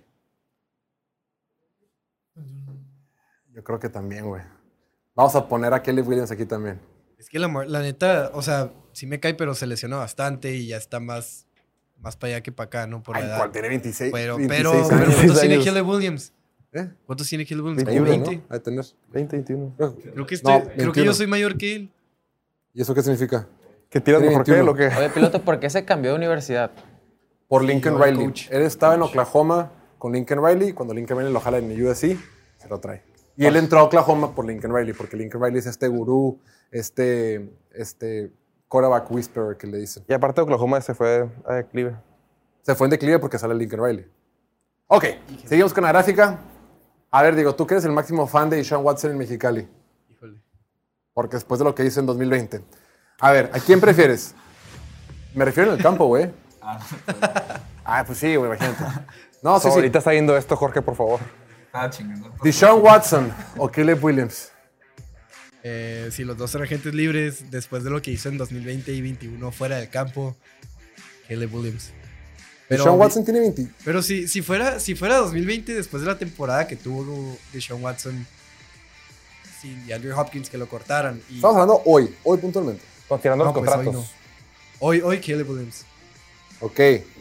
Yo creo que también, güey. Vamos a poner a Caleb Williams aquí también. Es que Lamar, la neta, o sea, sí me cae, pero se lesiona bastante y ya está más, más para allá que para acá, ¿no? Por la Ay, edad. ¿cuál tiene veintiséis? Pero, veintiséis pero, pero años. ¿cuántos tiene años. Caleb Williams? ¿Eh? ¿Cuántos tiene Caleb Williams? veintiuno, ¿Como ¿no? veinte? Ha de tener. veinte, veintiuno. Creo que, estoy, No, creo que veintiuno. yo soy mayor que él. ¿Y eso qué significa? ¿Que tiras Tiene mejor que él o veintiuno. qué? Oye, piloto, ¿por qué se cambió de universidad? Por Sí, Lincoln yo, el Riley. coach. Él estaba en Oklahoma con Lincoln Riley. Cuando Lincoln Riley lo jala en U S C, se lo trae. Y él entró a Oklahoma por Lincoln Riley, porque Lincoln Riley es este gurú, este, este quarterback whisperer que le dicen. Y aparte Oklahoma se fue a declive. Se fue en declive porque sale Lincoln Riley. Ok, seguimos con la gráfica. A ver, digo, tú que eres el máximo fan de Deshaun Watson en Mexicali. Híjole. Porque después de lo que hizo en dos mil veinte. A ver, ¿a quién prefieres? Me refiero en el campo, güey. Ah, pues sí, güey, imagínate. No, sí, sí. Ahorita está viendo esto, Jorge, por favor. Estaba chingando. Deshaun Watson o Caleb Williams. Eh, si los dos son agentes libres, después de lo que hizo en dos mil veinte y veintiuno fuera del campo, Caleb Williams. Pero, Deshaun Watson tiene veinte. pero si, si, fuera, si fuera dos mil veinte, después de la temporada que tuvo Deshaun Watson, sin DeAndre Hopkins que lo cortaran. Y Estamos hablando hoy, hoy puntualmente. Considerando No, los pues, hoy contratos. no. hoy, hoy Caleb Williams. Ok.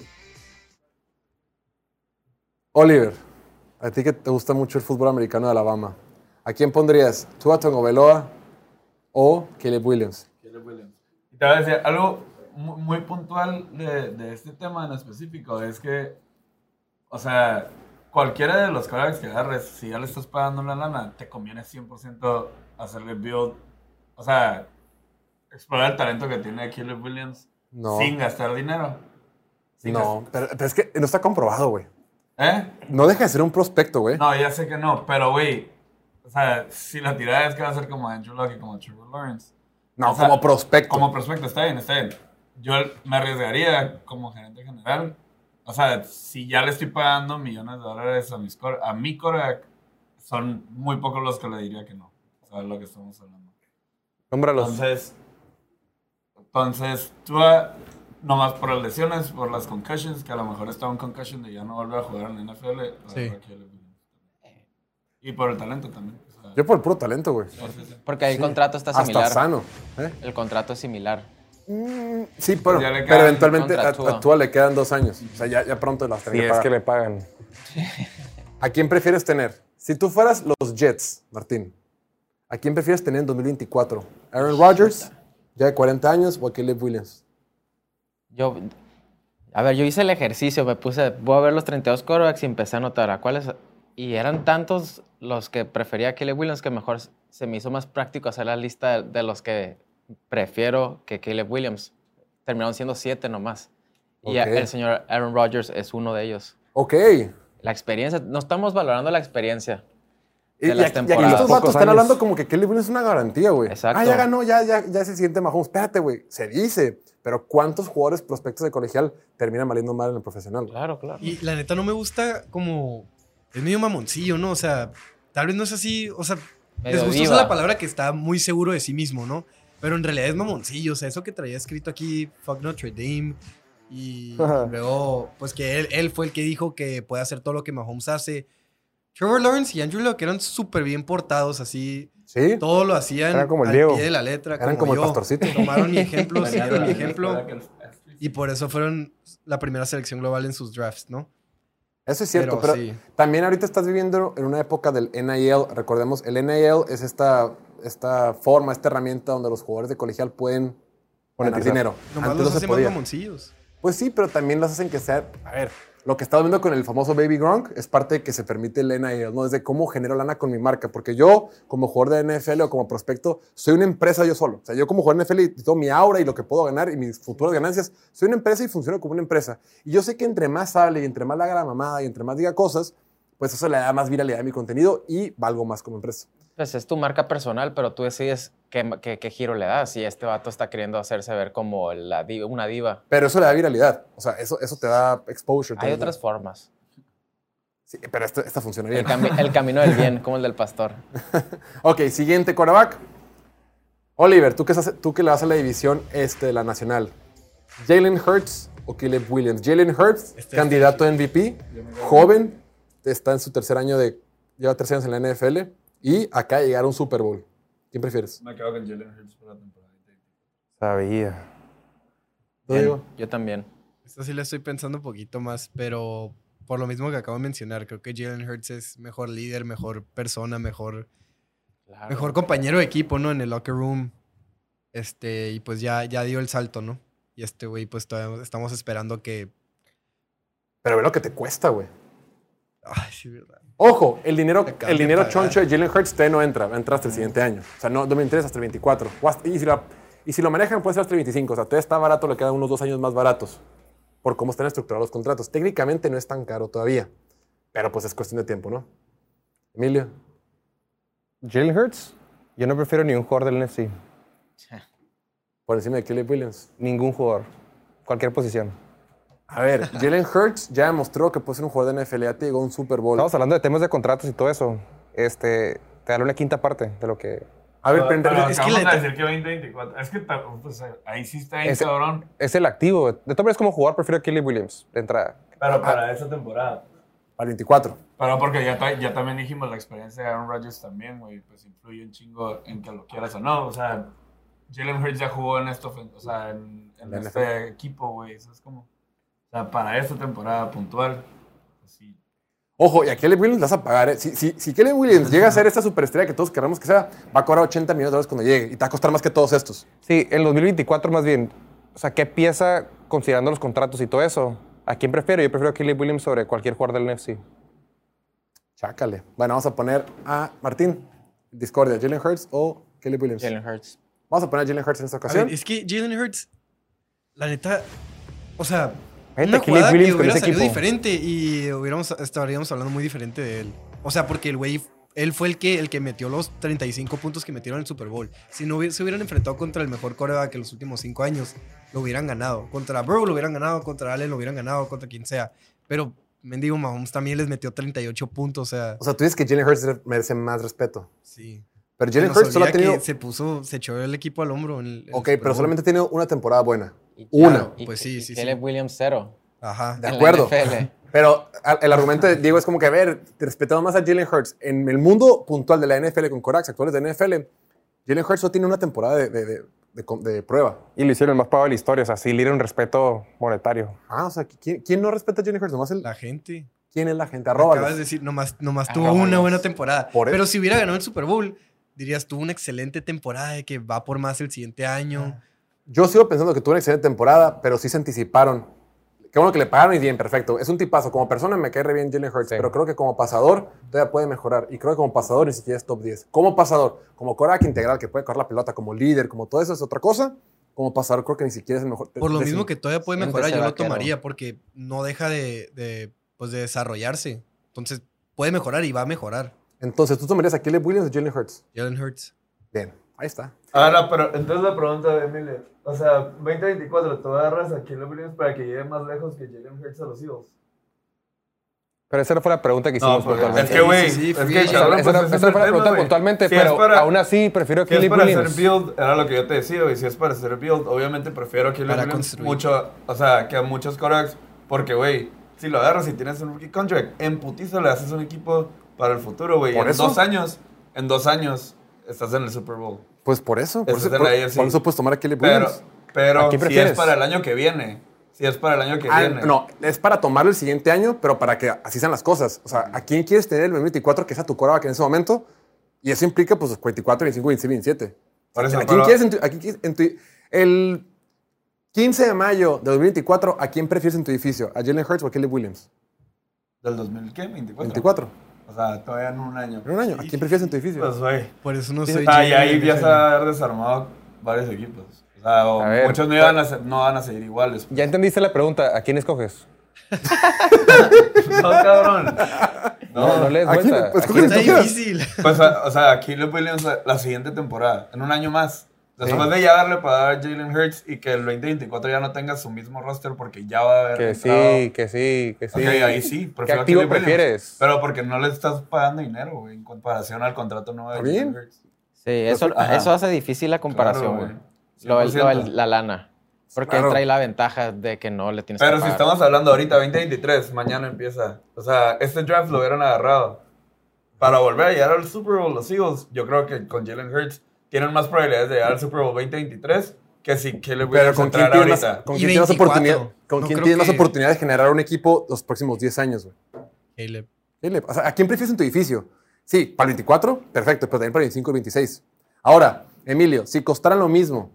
Oliver, a ti que te gusta mucho el fútbol americano de Alabama, ¿a quién pondrías? ¿Tua Tagovailoa o Caleb Williams? Caleb Williams. Y te voy a decir algo mu- muy puntual de, de este tema en específico. Es que, o sea, cualquiera de los quarterbacks que agarres, si ya le estás pagando una lana, te conviene cien por ciento hacerle build. O sea, explorar el talento que tiene Caleb Williams No. sin gastar dinero. Sin No, pero, pero es que no está comprobado, güey. gastar- ¿Eh? No deja de ser un prospecto, güey. No, ya sé que no, pero güey, o sea, si la tirada es que va a ser como Andrew Luck y como Trevor Lawrence. No, o sea, como prospecto. Como prospecto, está bien, está bien. Yo me arriesgaría como gerente general. O sea, si ya le estoy pagando millones de dólares a, mis core- a mi quarterback, son muy pocos los que le diría que no. O sea, es lo que estamos hablando. Nómbralos. Entonces, entonces tú, ah, nomás por las lesiones, por las concussions, que a lo mejor está un concussion de ya no volver a jugar en la N F L, Sí. agarro a Caleb Williams. Y por el talento también. O sea, Yo por el puro talento, güey. sí, sí, sí. Porque ahí el contrato está Hasta similar. sano. ¿eh? El contrato es similar. Sí, pero, Ya le pero quedan eventualmente a, contra Tua. a Tua le quedan dos años. O sea, ya, ya pronto las Si tienen que es pagar. que le pagan. ¿A quién prefieres tener? Si tú fueras los Jets, Martín, ¿a quién prefieres tener en dos mil veinticuatro? ¿Aaron Rodgers, ya de cuarenta años, o a Caleb Williams? Yo, a ver, yo hice el ejercicio, me puse, voy a ver los treinta y dos quarterbacks y empecé a anotar a cuáles. Y eran tantos los que prefería a Caleb Williams que mejor se me hizo más práctico hacer la lista de, de los que prefiero que Caleb Williams. Terminaron siendo siete nomás. Y Ok. el señor Aaron Rodgers es uno de ellos. Ok. La experiencia, no estamos valorando la experiencia. Y, de y las aquí, y aquí temporadas. estos vatos Pocos están años. hablando como que Caleb Williams es una garantía, güey. Exacto. Ah, ya ganó, ya, ya, ya se siente Mahomes. Espérate, güey. Se dice. Pero ¿cuántos jugadores prospectos de colegial terminan valiendo mal en el profesional? Claro, claro. Y la neta no me gusta como... Es medio mamoncillo, ¿no? O sea, tal vez no es así... O sea, Medio les gusta diva. usar la palabra que está muy seguro de sí mismo, ¿no? Pero en realidad es mamoncillo. O sea, eso que traía escrito aquí, fuck Notre Dame. Y Ajá. luego, pues que él, él fue el que dijo que puede hacer todo lo que Mahomes hace. Trevor Lawrence y Andrew Luck eran súper bien portados, así. Sí. Todo lo hacían Eran como el al Diego. pie de la letra. Eran como el yo. pastorcito. Tomaron mi ejemplo, Venían siguieron de mi la ejemplo. escuela que los- Y por eso fueron la primera selección global en sus drafts, ¿no? Eso es cierto, Pero pero, sí. también ahorita estás viviendo en una época del N I L. Recordemos, el N I L es esta, esta forma, esta herramienta donde los jugadores de colegial pueden ganar Monetizar. dinero. Nomás Antes los no se hace más podía. mamoncillos. Pues sí, pero también los hacen que sea... A ver, lo que estamos viendo con el famoso Baby Gronk es parte de que se permite el N I L, ¿no? Desde cómo genero lana con mi marca. Porque yo, como jugador de N F L o como prospecto, soy una empresa yo solo. O sea, yo como jugador de N F L y todo mi aura y lo que puedo ganar y mis futuras ganancias, soy una empresa y funciono como una empresa. Y yo sé que entre más hable y entre más le haga la mamada y entre más diga cosas, pues eso le da más viralidad a mi contenido y valgo más como empresa. Pues es tu marca personal, pero tú decides qué, qué, qué giro le das. Y este vato está queriendo hacerse ver como la diva, una diva. Pero eso le da viralidad. O sea, eso, eso te da exposure. Hay te- otras formas. Sí, pero esta, esta funciona El, bien. cami- el camino del bien, como el del pastor. Ok, siguiente quarterback. Oliver, tú que, estás- tú que le vas a la división este de la nacional. Jalen Hurts o Caleb Williams. Jalen Hurts, Este- candidato a M V P, joven, está en su tercer año de... Lleva tres años en la N F L y acá llegar a un Super Bowl. ¿Quién prefieres? Me quedo con Jalen Hurts por la temporada. Sabía. ¿Tú, Bien, Diego? yo también. Esto sí le estoy pensando un poquito más, pero por lo mismo que acabo de mencionar, creo que Jalen Hurts es mejor líder, mejor persona, mejor, Claro. mejor compañero de equipo, ¿no? En el locker room. Este, y pues ya, ya dio el salto, ¿no? Y este güey, pues todavía estamos esperando que... Pero ve lo que te cuesta, güey. Ay, sí, verdad. Ojo, el dinero, Te acaban el de dinero pagar. choncho de Jalen Hurts todavía no entra. Va a entrar hasta el siguiente año. O sea, no dos mil veintitrés hasta el veinticuatro. O hasta- y, si lo, y si lo manejan, puede ser hasta el veinticinco. O sea, todavía está barato, le quedan unos dos años más baratos. Por cómo están estructurados los contratos. Técnicamente no es tan caro todavía. Pero pues es cuestión de tiempo, ¿no? Emilio. Jalen Hurts, yo no prefiero ningún jugador del N F C. Por encima de Caleb Williams. Ningún jugador. Cualquier posición. A ver, Jalen Hurts ya demostró que puede ser un jugador de N F L. Ya te llegó a un Super Bowl. Estamos hablando de temas de contratos y todo eso. Este, te daré una quinta parte de lo que... A ver, Pero, pero, pero es que acabamos la de neta- decir que veinte veinticuatro. Es que ta- pues, ahí sí está bien Ese- cabrón. Es el activo. De todas maneras, como jugador, prefiero a Caleb Williams de entrada. Pero para esa temporada. al veinticuatro. Pero porque ya, ta- ya también dijimos, la experiencia de Aaron Rodgers también, güey, pues influye un chingo en que lo quieras o no. O sea, Jalen Hurts ya jugó en esto, o sea, en, en La este N F L. equipo, güey. Eso es como, o sea, para esta temporada puntual, pues sí. Ojo, y a Caleb Williams le vas a pagar. ¿eh? Si, si, si Caleb Williams llega a ser esta superestrella que todos queramos que sea, va a cobrar ochenta millones de dólares cuando llegue. Y te va a costar más que todos estos. Sí, en dos mil veinticuatro más bien. O sea, ¿qué pieza, considerando los contratos y todo eso? ¿A quién prefiero? Yo prefiero a Caleb Williams sobre cualquier jugador del N F C. Chácale. Bueno, vamos a poner a Martín. Discordia, Jalen Hurts o Caleb Williams. Jalen Hurts. Vamos a poner a Jalen Hurts en esta A ocasión. ver, es que Jalen Hurts, la neta, o sea, Fíjate, una Caleb jugada que Williams con hubiera ese salido equipo. diferente y hubiéramos, estaríamos hablando muy diferente de él. O sea, porque el güey, él fue el que, el que metió los treinta y cinco puntos que metieron en el Super Bowl. Si no hubiera- se hubieran enfrentado contra el mejor quarterback en los últimos cinco años, lo hubieran ganado. Contra Burrow lo hubieran ganado, contra Allen lo hubieran ganado, contra quien sea. Pero, mendigo, Mahomes también les metió treinta y ocho puntos, o sea, O sea, tú dices que Jalen Hurts merece más respeto. sí. Pero Se Jalen nos Hurts solo ha olvida tenido... que se puso, se echó el equipo al hombro. En el, en el Ok, Super pero Bowl. solamente ha tenido una temporada buena. Y- Una. claro, y- Pues sí, y sí, Caleb sí. Williams cero. Ajá. De en la acuerdo. N F L. Pero a- el argumento de Diego es como que, a ver, te respetamos más a Jalen Hurts. En el mundo puntual de la N F L, con corebacks actuales de N F L, Jalen Hurts solo tiene una temporada de, de, de, de- de prueba. Y lo hicieron el más pagado de la historia. O sea, sí le dieron respeto monetario. Ah, o sea, ¿quién, quién no respeta a Jalen Hurts? Nomás el, La gente. ¿Quién es la gente? Acabas de Arróbalos. decir, nomás, nomás tuvo Arróbalos. una buena temporada. Por eso. Pero si hubiera ganado el Super Bowl, dirías, tuvo una excelente temporada de que va por más el siguiente año. Yo sigo pensando que tuvo una excelente temporada, pero sí se anticiparon. Qué bueno que le pagaron y bien, perfecto. Es un tipazo. Como persona me cae re bien Jalen Hurts, Sí. pero creo que como pasador todavía puede mejorar. Y creo que como pasador ni siquiera es top diez. Como pasador, como quarterback integral que puede correr la pelota, como líder, como todo eso es otra cosa. Como pasador creo que ni siquiera es el mejor. Por lo Décimo. mismo que todavía puede Siéntese, mejorar, yo lo vaquero. tomaría porque no deja de, de, pues de desarrollarse. Entonces, puede mejorar y va a mejorar. Entonces, ¿tú tomarías a Caleb Williams o Jalen Hurts? Jalen Hurts. Bien, ahí está. Ahora, pero entonces la pregunta de Emilio. O sea, veinte veinticuatro, ¿tú agarras a Caleb Williams para que llegue más lejos que Jalen Hurts a los Eagles? Pero esa no fue la pregunta que hicimos No, porque puntualmente. es que, güey, Sí, sí, es free que, agent. cabrón, esa, pues, no- ese esa es fue el la pregunta tema, güey. puntualmente, Si es pero para- aún así prefiero Si es Caleb para Williams. hacer build, era lo que yo te decía, güey. Si es para hacer build, obviamente prefiero a Caleb Para Williams construir. mucho, o sea, que a muchos quarterbacks, porque, güey, si lo agarras y tienes un rookie contract, en putiza le haces un equipo para el futuro, güey. ¿Por En eso? dos años, en dos años, estás en el Super Bowl. Pues por eso, por Estás eso, en la por, A F C. por eso puedes tomar a Caleb Pero, Williams. pero ¿A quién si prefieres? es para el año que viene, si es para el año que Ah, viene. no, es para tomarlo el siguiente año, pero para que así sean las cosas. O sea, ¿a quién quieres tener el dos mil veinticuatro que sea tu quarterback en ese momento? Y eso implica, pues, veinticuatro, veinticinco, veintiséis, veintisiete. Por eso, ¿A quién pero- quieres en tu, a quién quieres en tu- el quince de mayo de dos mil veinticuatro, ¿a quién prefieres en tu edificio? ¿A Jalen Hurts o a Caleb Williams? ¿Del dos mil qué? ¿veinticuatro? veinticuatro. O sea, todavía en un año. En un año. ¿A quién prefieres en tu edificio? Pues, güey. Por eso no Sí, soy Ah, y G M ahí de ya se N F L. va a haber desarmado varios equipos. O sea, o A ver, muchos no, iban a ser- no van a seguir iguales. Ya entendiste la pregunta, ¿a quién escoges? No, cabrón. No, no, le des ¿a quién? vuelta. Pues, ¿A ¿cómo quién que Está escoges? escoges? difícil. Pues, a- o sea, aquí Caleb Williams la, la siguiente temporada, en un año más. Después de ya darle para dar a Jalen Hurts y que el veinte veinticuatro ya no tenga su mismo roster porque ya va a haber. Que entrado. sí, que sí, que sí. Ok, ahí sí. ¿Qué prefiero a activo Caleb Williams. prefieres? Pero porque no le estás pagando dinero, güey, en comparación al contrato nuevo de Está bien. Jalen Hurts. Sí, eso, Ajá. eso hace difícil la comparación, Claro, güey. güey. Lo del- lo del- cien por ciento. la lana. Porque Claro. él trae la ventaja de que no le tienes Pero que si pagar. estamos hablando ahorita, veinte veintitrés, mañana empieza. O sea, este draft lo hubieran agarrado. Para volver a llegar al Super Bowl, los Eagles, yo creo que con Jalen Hurts tienen más probabilidades de llegar al Super Bowl veinte veintitrés que si Caleb Pero Williams ¿con quién entrara tienes más, ahorita. con Y quién tienes más veinticuatro. oportunidad, con No quién creo tienes más que- oportunidad de generar un equipo los próximos diez años, güey? Caleb. Caleb, o sea, ¿a quién prefieres en tu edificio? Sí, para el veinticuatro, perfecto, pero también para el veinticinco y veintiséis. Ahora, Emilio, si costaran lo mismo,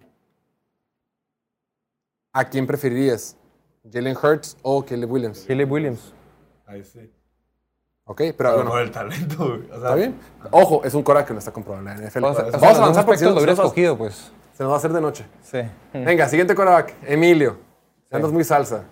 ¿a quién preferirías? ¿Jalen Hurts o Caleb Williams? Caleb Williams. Ahí sí. Ok, pero Pero bueno, por el talento, güey. O sea, ¿está bien? Ojo, es un cora que no está comprobado en la N F L. Vamos a, Vamos o sea, a en algún avanzar porque si aspecto no- lo hubiera si no- escogido, pues. se nos va a hacer de noche. Sí. Venga, siguiente quarterback, Emilio. Andas muy salsa.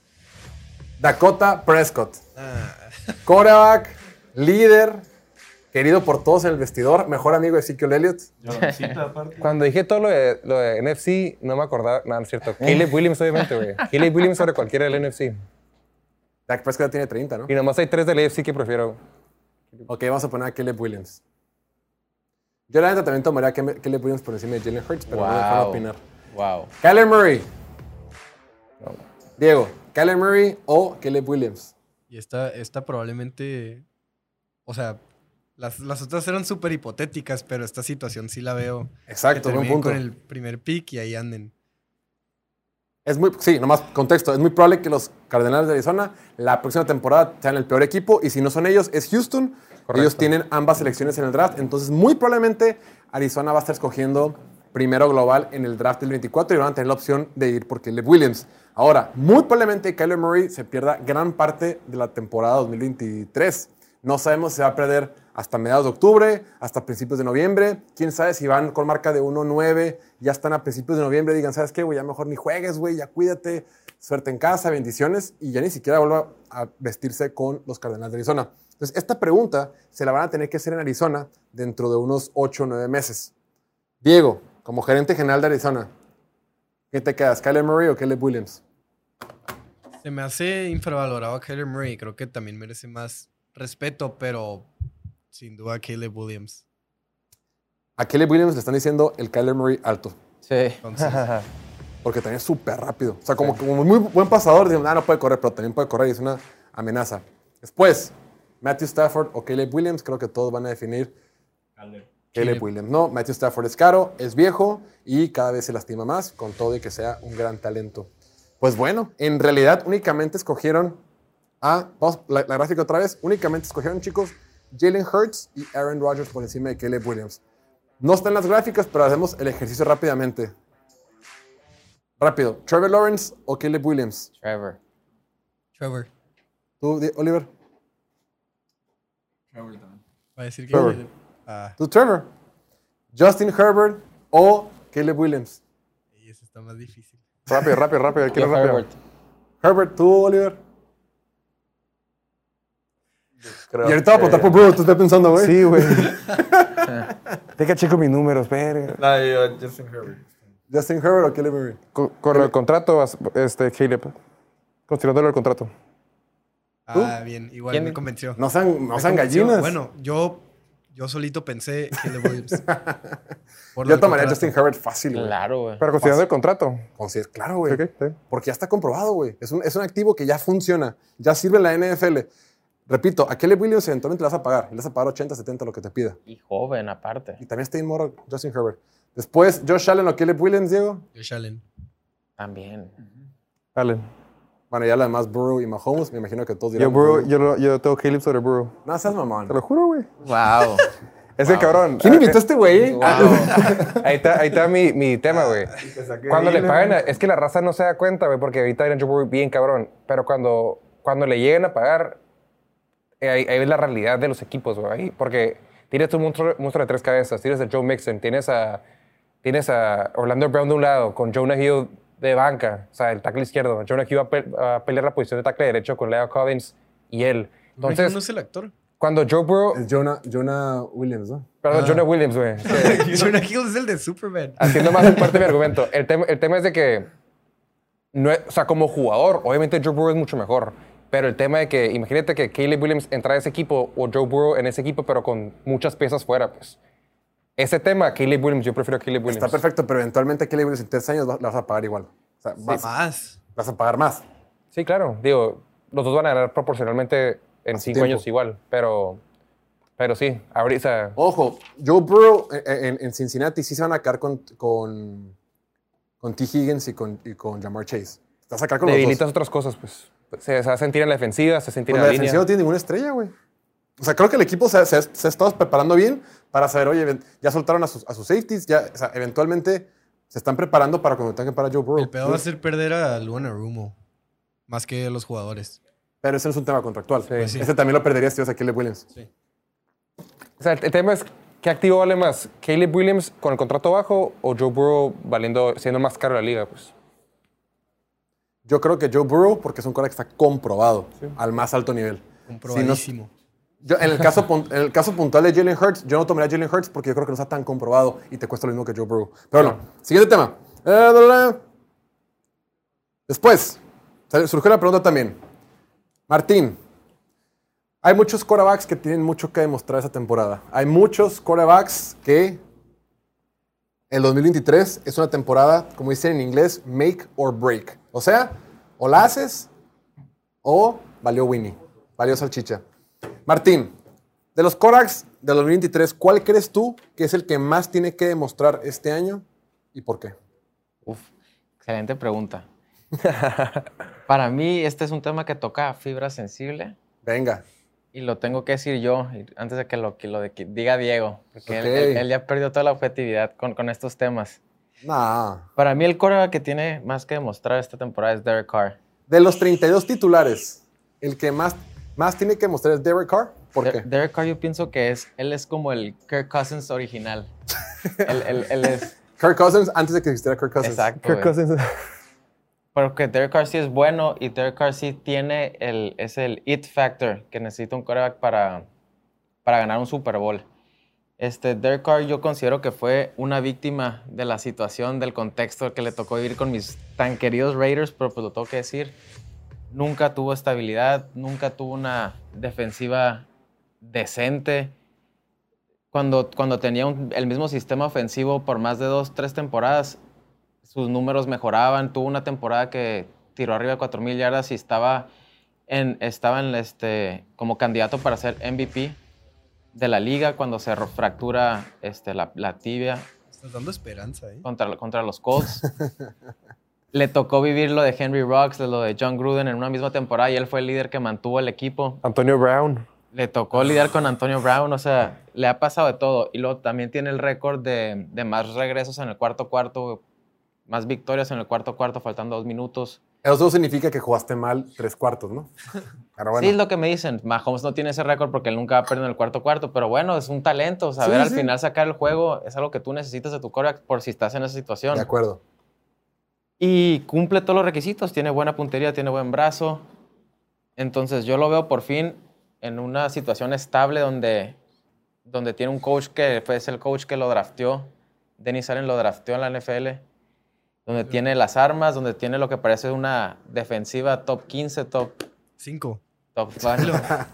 Dakota Prescott. Quarterback, líder, querido por todos en el vestidor, mejor amigo de Ezekiel Elliott. yo lo necesito, aparte. Cuando dije todo lo de, lo de N F C, no me acordaba. No, no es cierto. Caleb Williams, obviamente, güey. Caleb Williams sobre cualquiera del N F C. Dak Prescott ya tiene treinta, ¿no? Y nomás hay tres del A F C que prefiero. Ok, vamos a poner a Caleb Williams. Yo la neta también tomaría a Kem- Caleb Williams por encima de Jalen Hurts, pero no me dejaron Wow. opinar. Wow. Kyler Murray. Diego, Kyler Murray o Caleb Williams. Y esta, esta probablemente. O sea, las, las otras eran súper hipotéticas, pero esta situación sí la veo. Exacto, que buen terminen punto. con el primer pick y ahí anden. Es muy, sí, nomás contexto. Es muy probable que los Cardenales de Arizona la próxima temporada sean el peor equipo y si no son ellos, es Houston. Correcto. Ellos tienen ambas selecciones en el draft, entonces muy probablemente Arizona va a estar escogiendo primero global en el draft del veinticuatro y van a tener la opción de ir por Caleb Williams. Ahora, muy probablemente Kyler Murray se pierda gran parte de la temporada dos mil veintitrés. No sabemos si se va a perder hasta mediados de octubre, hasta principios de noviembre. Quién sabe si van con marca de uno nueve, ya están a principios de noviembre, digan, ¿sabes qué, güey? Ya mejor ni juegues, güey, ya cuídate, suerte en casa, bendiciones, y ya ni siquiera vuelva a vestirse con los Cardenales de Arizona. Entonces, esta pregunta se la van a tener que hacer en Arizona dentro de unos ocho o nueve meses. Diego, como gerente general de Arizona, ¿qué te quedas, Kyler Murray o Caleb Williams? Se me hace infravalorado a Kyler Murray. Creo que también merece más respeto, pero sin duda Caleb Williams. A Caleb Williams le están diciendo el Kyler Murray alto, Sí. Entonces, porque también es súper rápido. O sea, como, como muy buen pasador, dicen, ah, no puede correr, pero también puede correr y es una amenaza. Después, Matthew Stafford o Caleb Williams, creo que todos van a definir Caleb. Caleb Caleb. Williams. No, Matthew Stafford es caro, es viejo y cada vez se lastima más, con todo y que sea un gran talento. Pues bueno, en realidad únicamente escogieron a, vamos, la, la gráfica otra vez, únicamente escogieron, chicos, Jalen Hurts y Aaron Rodgers por encima de Caleb Williams. No están las gráficas, pero hacemos el ejercicio rápidamente. Rápido, Trevor Lawrence o Caleb Williams. Trevor. Trevor. ¿Tú, Di- Oliver? Trevor también. Va a decir que Trevor. Ah, ¿Tú, Trevor? Justin Herbert o Caleb Williams. y eso está más difícil. Rápido, rápido, rápido. ¿Quién es Yo, rápido? Herbert. Herbert, ¿tú, Oliver? Creo Y ahorita voy a apuntar que- por Burrow, tú estás pensando, güey. Sí, güey. Deja checo mis números, verga. No, yo, Justin Herbert. Justin Herbert o Caleb Murray. Con, con el contrato, vas- este, Caleb. Considerándolo el contrato. Ah, bien. Igual ¿Quién? me convenció. No sean, no Me sean convenció. gallinas. Bueno, yo, yo solito pensé Caleb Williams. Por lo Yo del tomaría a contrato. Justin Herbert fácil, güey. Claro, güey. Pero considerando el contrato. Consi- Claro, güey. Ok, está bien. Porque ya está comprobado, güey. Es un, es un activo que ya funciona. Ya sirve en la N F L. Repito, a Caleb Williams eventualmente le vas a pagar. Le vas a pagar ochenta, setenta lo que te pida. Y joven, aparte. Y también está inmoro Justin Herbert. Después, Josh Allen o Caleb Williams, Diego. Josh Allen. También. Allen. Bueno, ya lo demás, Burrow y Mahomes. Me imagino que todos dirán. Yo, Burrow, yo, lo- yo tengo Caleb sobre Burrow. No seas mamón. Te lo juro, güey. Wow. Es que cabrón. ¿Quién invitó a este güey? Wow. Ahí está, ahí está mi, mi tema, güey. Te saqué Cuando de le hilo. pagan, a- es que la raza no se da cuenta, güey, porque ahorita viene Joe Burrow bien cabrón. Pero cuando, cuando le lleguen a pagar, eh, ahí, ahí ves la realidad de los equipos, güey. ahí, Porque tienes un monstruo, monstruo de tres cabezas, tienes a Joe Mixon, tienes a, tienes a Orlando Brown de un lado, con Jonah Hill de banca, o sea, el tackle izquierdo. Jonah Hill va a, pe- a pelear la posición de tackle derecho con Leo Collins y él. Entonces, Entonces, ¿no es el actor? cuando Joe Burrow... Es Jonah, Jonah Williams, ¿no? Perdón, Ah. Jonah Williams, güey. que- Jonah Hill es el de Superman. Haciendo más en parte de mi argumento. El, tema- el tema es de que, no es- o sea, como jugador, obviamente Joe Burrow es mucho mejor. Pero el tema de que, imagínate que Caleb Williams entra a ese equipo o Joe Burrow en ese equipo, pero con muchas piezas fuera, pues. Ese tema, Caleb Williams, yo prefiero a Caleb Williams. Está perfecto, pero eventualmente Caleb Williams en tres años va- la vas a pagar igual. O sea, vas, Más. vas a pagar más. Sí, claro. Digo, los dos van a ganar proporcionalmente en A su cinco tiempo. años igual. Pero, pero sí, ahorita... Ojo, Joe Burrow en, en- en Cincinnati sí se van a quedar con, con, con T. Higgins y con, y con Jamar Chase. Te vas a quedar con los debilitas dos. otras cosas, pues. Se, se va a sentir en la defensiva, se sentir Pues en la la defensiva línea. no tiene ninguna estrella, güey. O sea, creo que el equipo se, se, se ha estado preparando bien para saber, oye, ven- ya soltaron a sus, a sus safeties, ya, o sea, eventualmente se están preparando para cuando tengan que parar a Joe Burrow. El peor va a ser perder a Luan Arumo. Más que los jugadores. Pero ese no es un tema contractual. Pues sí. Ese también lo perderías si vas a Caleb Williams. O sea, el, el tema es, ¿qué activo vale más? ¿Caleb Williams con el contrato bajo o Joe Burrow valiendo, siendo más caro la liga? Pues? Yo creo que Joe Burrow, porque es un quarterback que está comprobado al más alto nivel. Comprobadísimo. Yo, en, el caso, pun- en el caso puntual de Jalen Hurts, yo no tomaría a Jalen Hurts porque yo creo que no está tan comprobado y te cuesta lo mismo que Joe Burrow. Pero bueno, siguiente tema. Eh, da, da, da. Después, sal- surgió la pregunta también. Martín, hay muchos quarterbacks que tienen mucho que demostrar esta temporada. Hay muchos quarterbacks que el dos mil veintitrés es una temporada, como dicen en inglés, make or break. O sea, o la haces o valió Winnie, valió salchicha. Martín, de los quarterbacks del dos mil veintitrés, ¿cuál crees tú que es el que más tiene que demostrar este año y por qué? Uf, excelente pregunta. Para mí, este es un tema que toca fibra sensible Venga. y lo tengo que decir yo y antes de que lo, que lo de que diga Diego, porque él, Ok. él- él ya perdió toda la objetividad con, con estos temas. Nah. Para mí, el quarterback que tiene más que demostrar esta temporada es Derek Carr. De los treinta y dos titulares, el que más, más tiene que mostrar es Derek Carr. ¿Por De- qué? Derek Carr, yo pienso que es, él es como el Kirk Cousins original. él, él- él es. Kirk Cousins antes de que existiera Kirk Cousins. Exacto. Kirk güey. Cousins. Porque Derek Carr sí es bueno y Derek Carr sí tiene el, es el it factor que necesita un quarterback para, para ganar un Super Bowl. Este, Derek Carr yo considero que fue una víctima de la situación, del contexto que le tocó vivir con mis tan queridos Raiders, pero pues lo tengo que decir, nunca tuvo estabilidad, nunca tuvo una defensiva decente. Cuando, cuando tenía un- el mismo sistema ofensivo por más de dos, tres temporadas, sus números mejoraban. Tuvo una temporada que tiró arriba de cuatro mil yardas y estaba, en, estaba en este, como candidato para ser M V P de la liga cuando se ro- fractura este, la, la tibia Estás dando esperanza, ¿eh? contra, contra los Colts. Le tocó vivir lo de Henry Ruggs, lo de John Gruden en una misma temporada y él fue el líder que mantuvo el equipo. Antonio Brown. Le tocó lidiar con Antonio Brown, o sea, le ha pasado de todo. Y luego también tiene el récord de, de más regresos en el cuarto cuarto, más victorias en el cuarto cuarto, faltando dos minutos. Eso no significa que jugaste mal tres cuartos, ¿no? Pero bueno. Sí, es lo que me dicen. Mahomes no tiene ese récord porque él nunca va a perder en el cuarto cuarto, pero bueno, es un talento. Saber Sí, al sí. final sacar el juego es algo que tú necesitas de tu quarterback por si estás en esa situación. De acuerdo. Y cumple todos los requisitos. Tiene buena puntería, tiene buen brazo. Entonces yo lo veo por fin en una situación estable donde, donde tiene un coach que fue el coach que lo drafteó. Dennis Allen lo drafteó en la N F L. Donde tiene las armas, donde tiene lo que parece una defensiva top quince, top... Cinco. Top cinco.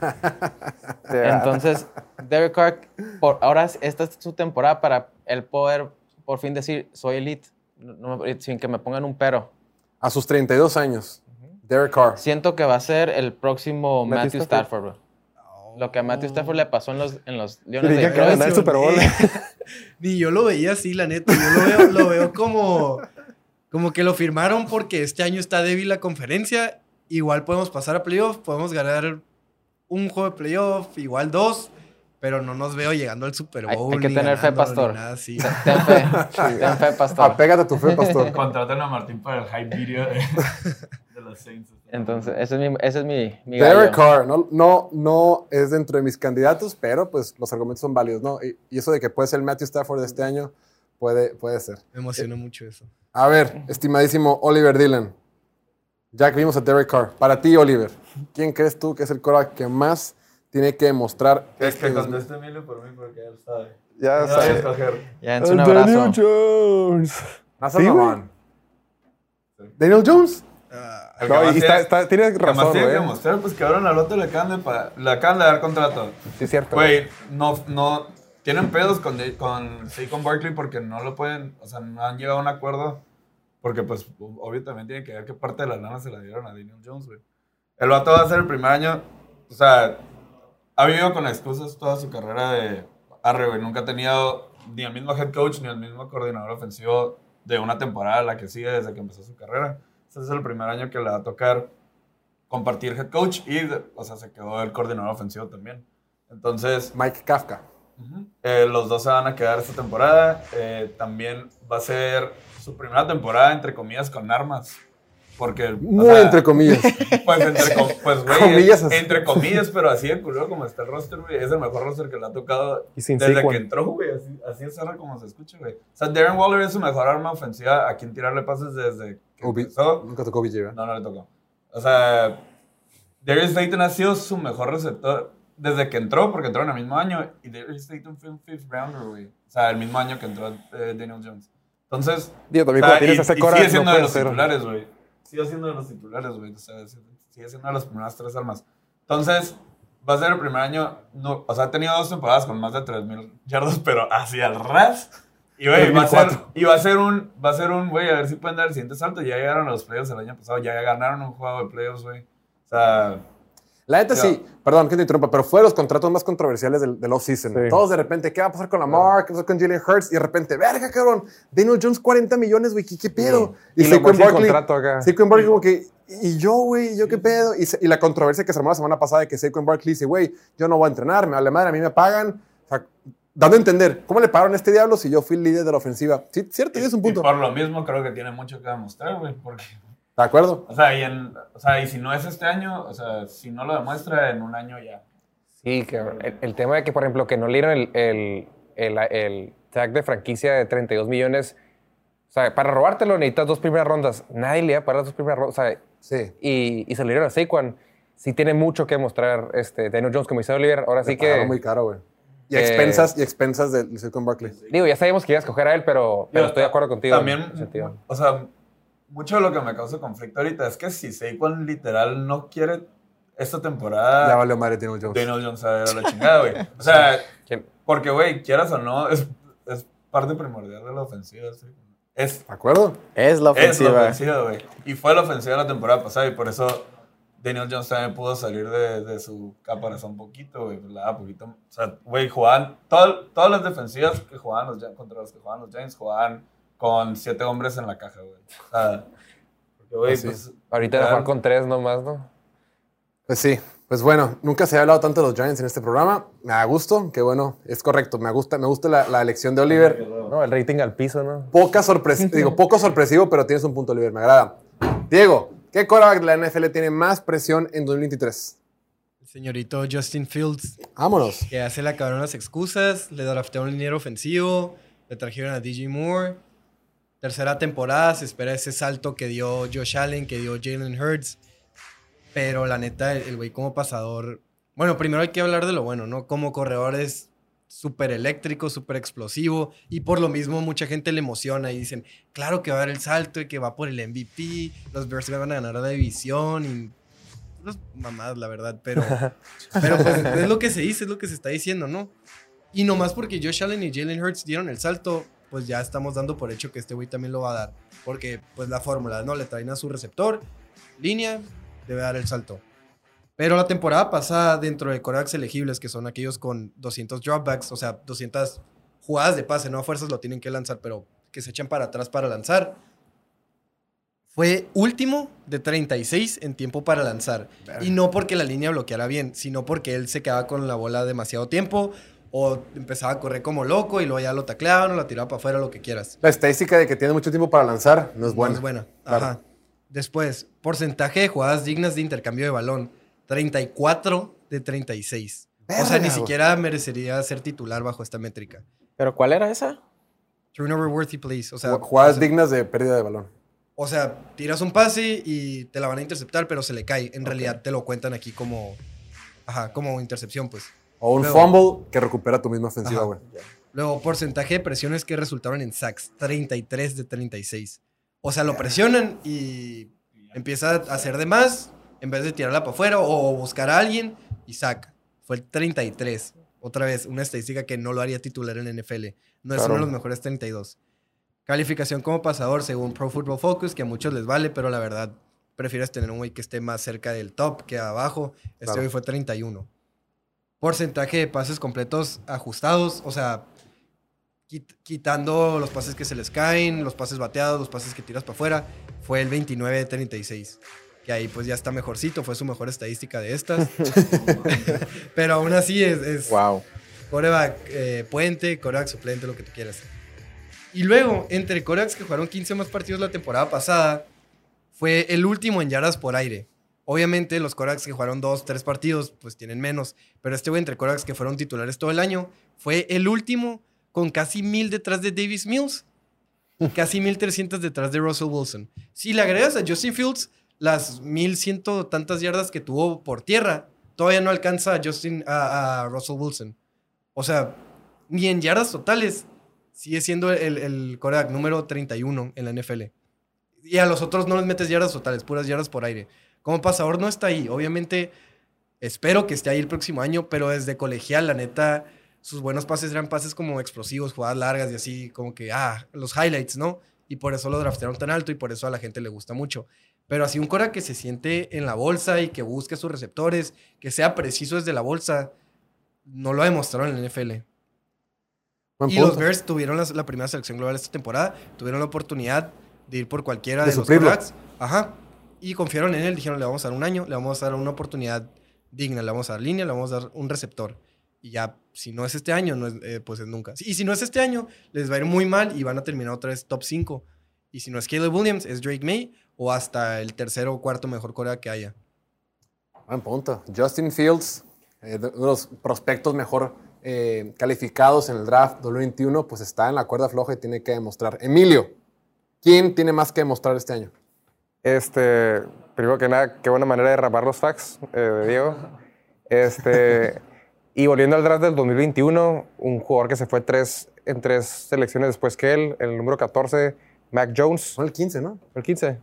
Entonces, Derek Carr, por, ahora esta es su temporada para él poder por fin decir, soy elite, no, no, sin que me pongan un pero. A sus treinta y dos años, Derek Carr. Siento que va a ser el próximo Matthew Matthew Stafford. Stafford, bro. Lo que a Matthew Stafford le pasó en los, en los Leones Creí de que iba a ganar Detroit. el Super Bowl. Ni yo lo veía así, la neta. Yo lo veo, lo veo como, como que lo firmaron porque este año está débil la conferencia. Igual podemos pasar a playoff, podemos ganar un juego de playoff, igual dos, pero no nos veo llegando al Super Hay, Bowl. hay que ni tener fe, ganándolo, pastor. ni nada así. Ten fe, ten fe, pastor. Apégate a tu fe, pastor. Contraten a Martín para el hype video de, de los Saints. Entonces, ese es mi, ese es mi, mi Derek gallo. Carr, no, no, no es dentro de mis candidatos, pero pues los argumentos son válidos, ¿no? Y, y eso de que puede ser el Matthew Stafford de este año, puede, puede ser. Me emociona mucho eso. A ver, estimadísimo Oliver Dillon, ya que vimos a Derek Carr, para ti, Oliver, ¿quién crees tú que es el quarterback que más tiene que demostrar Es este que dos mil? conteste Emilio por mí porque él sabe. Ya No voy a sabes. escoger. Ya, en un abrazo. Daniel Jones. ¿Más Sí, güey. mamón? ¿Daniel Jones? Ah, El que No, más y está, tiene- está, tienes el que más razón, tiene que güey. demostrar, pues que ahora en la lote le acaban de, pa- le acaban de dar contrato. Sí, es cierto. Güey, no, no, tienen pedos con, de- con Saquon Barkley porque no lo pueden, o sea, no han llegado a un acuerdo. Porque, pues, obvio también tiene que ver qué parte de la lana se la dieron a Daniel Jones, güey. El vato va a ser el primer año, o sea, ha vivido con excusas toda su carrera de arre, güey. Nunca ha tenido ni el mismo head coach ni el mismo coordinador ofensivo de una temporada a la que sigue desde que empezó su carrera. Ese es el primer año que le va a tocar compartir head coach y, o sea, se quedó el coordinador ofensivo también. Entonces, Mike Kafka. Ujú. Eh, los dos se van a quedar esta temporada. Eh, también va a ser su primera temporada, entre comillas, con armas. Porque. o Muy sea, entre comillas. Pues, entre com- pues, güey. Comillas es- así. entre comillas, pero así de culero como está el roster, güey. Es el mejor roster que le ha tocado Y sin desde Saquon. que entró, güey. Así, así es cerra como se escucha, güey. O sea, Darren Waller es su mejor arma ofensiva a quien tirarle pases desde que Obi- empezó. Nunca tocó B J, ¿verdad? No, no le tocó. O sea, Darius Slayton ha sido su mejor receptor desde que entró, porque entró en el mismo año. Y Darius Slayton fue un fifth rounder, güey. O sea, el mismo año que entró eh, Daniel Jones. Entonces, Digo, también o sea, cuando tienes y- ese y cora, sigue siendo no de puede los ser. titulares, güey. Sigue siendo de los titulares, güey. O sea, sigue siendo de las primeras tres armas. Entonces, va a ser el primer año. No, o sea, ha tenido dos temporadas con más de tres mil yardas, pero hacia el ras. Y, güey, va a ser, tres mil cuatro. y va a ser un, va a ser un, güey, a ver si pueden dar el siguiente salto. Ya llegaron a los playoffs el año pasado, ya ganaron un juego de playoffs, güey. O sea, La neta Ya. sí, perdón que te interrumpa, pero fue de los contratos más controversiales del, del off-season. Sí. Todos de repente, ¿qué va a pasar con Lamar? ¿Qué va a pasar con Jalen Hurts? Y de repente, verga, cabrón, Daniel Jones cuarenta millones, güey, ¿qué, qué pedo? Y lo Saquon más sin contrato acá. Saquon Barkley como que, ¿y yo, güey? ¿Y yo qué pedo? Y, se- y la controversia que se armó la semana pasada de que Saquon Barkley dice, güey, yo no voy a entrenar, me vale madre, a mí me pagan. O sea, dando a entender, ¿cómo le pagaron a este diablo si yo fui el líder de la ofensiva? Sí, cierto, tienes un y punto. por lo mismo creo que tiene mucho que demostrar, güey, porque, ¿De acuerdo? o sea, y en, o sea, y si no es este año, o sea, si no lo demuestra en un año ya. Sí, cabrón. El, el tema de que, por ejemplo, que no le dieron el, el, el, el tag de franquicia de treinta y dos millones. O sea, para robártelo necesitas dos primeras rondas. Nadie le iba a pagar las dos primeras rondas. O sea, Sí. y, y se le dieron a Saquon. Sí tiene mucho que mostrar este, Daniel Jones, como dice Oliver. Ahora sí Le pagaron que... muy caro, güey. Y a que- expensas, y a expensas de, de Saquon Barkley. Digo, ya sabíamos que iba a escoger a él, pero, pero Yo estoy de acuerdo contigo. en También, ese sentido. o sea, mucho de lo que me causa conflicto ahorita es que si Saquon literal no quiere esta temporada, Ya valió madre Daniel Jones. Daniel Jones a ver a la chingada, güey. O sea, ¿Quién? porque, güey, quieras o no, es, es parte primordial de la ofensiva. ¿Sí? Es, ¿De acuerdo? Es la es la ofensiva. ofensiva, güey. Y fue la ofensiva la temporada pasada y por eso Daniel Jones también pudo salir de, de su caparazón un poquito, güey. Pues, la daba poquito. O sea, güey, jugaban, todo- todas las defensivas que jugaban los, Gi- contra los que jugaban los Giants jugaban con siete hombres en la caja, güey. O sea, porque, güey, Así pues. Ahorita de literal, jugar con tres nomás, ¿no? Pues sí, pues bueno, nunca se ha hablado tanto de los Giants en este programa. Me da gusto, que bueno, es correcto. Me gusta, me gusta la, la elección de Oliver. No, el rating al piso, ¿no? Poca sorpresa, digo, poco sorpresivo, pero tienes un punto, Oliver, me agrada. Diego, ¿qué quarterback de la N F L tiene más presión en dos mil veintitrés? El señorito Justin Fields, Vámonos. que ya se le acabaron las excusas, le draftearon un liniero ofensivo, le trajeron a D J Moore. Tercera temporada, se espera ese salto que dio Josh Allen, que dio Jalen Hurts. Pero la neta, el el güey como pasador Bueno, primero hay que hablar de lo bueno, ¿no? Como corredor es súper eléctrico, súper explosivo y por lo mismo mucha gente le emociona y dicen, claro que va a dar el salto y que va por el M V P, los Bears van a ganar la división y... Unas mamadas, la verdad, pero, pero pues es lo que se dice, es lo que se está diciendo, ¿no? Y nomás porque Josh Allen y Jalen Hurts dieron el salto, pues ya estamos dando por hecho que este güey también lo va a dar. Porque, pues la fórmula, ¿no? Le traen a su receptor, línea, debe dar el salto. Pero la temporada pasada, dentro de quarterbacks elegibles, que son aquellos con doscientos dropbacks, o sea, doscientas jugadas de pase, no a fuerzas lo tienen que lanzar, pero que se echan para atrás para lanzar, fue último de treinta y seis en tiempo para lanzar. Y no porque la línea bloqueara bien, sino porque él se quedaba con la bola demasiado tiempo o empezaba a correr como loco y luego ya lo tacleaban o la tiraba para afuera, lo que quieras. La estadística de que tiene mucho tiempo para lanzar no es buena. No es buena. Claro. Ajá. Después, porcentaje de jugadas dignas de intercambio de balón. treinta y cuatro de treinta y seis. Verga, O sea, ni güey. siquiera merecería ser titular bajo esta métrica. ¿Pero cuál era esa? Turnover worthy plays. O sea, Jugadas o sea, dignas de pérdida de balón. O sea, tiras un pase y te la van a interceptar, pero se le cae. En realidad te lo cuentan aquí como, ajá, como intercepción, pues. O un Luego- fumble que recupera tu misma ofensiva, Ajá. güey. Luego, porcentaje de presiones que resultaron en sacks, treinta y tres de treinta y seis. O sea, lo presionan y empieza a hacer de más en vez de tirarla para afuera o buscar a alguien y saca. Fue el treinta y tres. Otra vez, una estadística que no lo haría titular en la N F L. No es Claro. uno de los mejores treinta y dos. Calificación como pasador según Pro Football Focus, que a muchos les vale, pero la verdad, prefieres tener un güey que esté más cerca del top que abajo. Este Claro. güey fue treinta y uno. Porcentaje de pases completos ajustados, o sea, quit- quitando los pases que se les caen, los pases bateados, los pases que tiras para afuera, fue el veintinueve de treinta y seis. Que ahí pues ya está mejorcito, fue su mejor estadística de estas. Pero aún así es, es Wow. quarterback eh, puente, quarterback suplente, lo que tú quieras. Y luego, entre quarterbacks que jugaron quince más partidos la temporada pasada, fue el último en yardas por aire. Obviamente, los quarterbacks que jugaron dos, tres partidos, pues tienen menos. Pero este güey, entre quarterbacks que fueron titulares todo el año, fue el último con casi mil detrás de Davis Mills y casi mil trescientos detrás de Russell Wilson. Si le agregas a Justin Fields las mil ciento tantas yardas que tuvo por tierra, todavía no alcanza a, Justin, a, a Russell Wilson. O sea, ni en yardas totales sigue siendo el, el quarterback número treinta y uno en la N F L. Y a los otros no les metes yardas totales, puras yardas por aire. Como pasador no está ahí. Obviamente, espero que esté ahí el próximo año, pero desde colegial, la neta, sus buenos pases eran pases como explosivos, jugadas largas y así, como que, ah, los highlights, ¿no? Y por eso lo draftearon tan alto y por eso a la gente le gusta mucho. Pero así un quarterback que se siente en la bolsa y que busque sus receptores, que sea preciso desde la bolsa, no lo ha demostrado en la N F L. Buen Y punto. los Bears tuvieron las- la primera selección global esta temporada, tuvieron la oportunidad de ir por cualquiera De de, los suplirlo. quarterbacks. Ajá. Y confiaron en él, dijeron, le vamos a dar un año, le vamos a dar una oportunidad digna, le vamos a dar línea, le vamos a dar un receptor. Y ya, si no es este año, no es, eh, pues es nunca. Y si no es este año, les va a ir muy mal y van a terminar otra vez top cinco. Y si no es Caleb Williams, es Drake May o hasta el tercero o cuarto mejor coreback que haya. Buen punto. Justin Fields, eh, de- uno de los prospectos mejor eh, calificados en el draft dos mil veintiuno, pues está en la cuerda floja y tiene que demostrar. Emilio, ¿quién tiene más que demostrar este año? Este, primero que nada, qué buena manera de derramar los facts, eh, de Diego. Este, y volviendo al draft del dos mil veintiuno, un jugador que se fue tres, en tres selecciones después que él, el número catorce, Mac Jones, Son el quince, ¿no? el quince.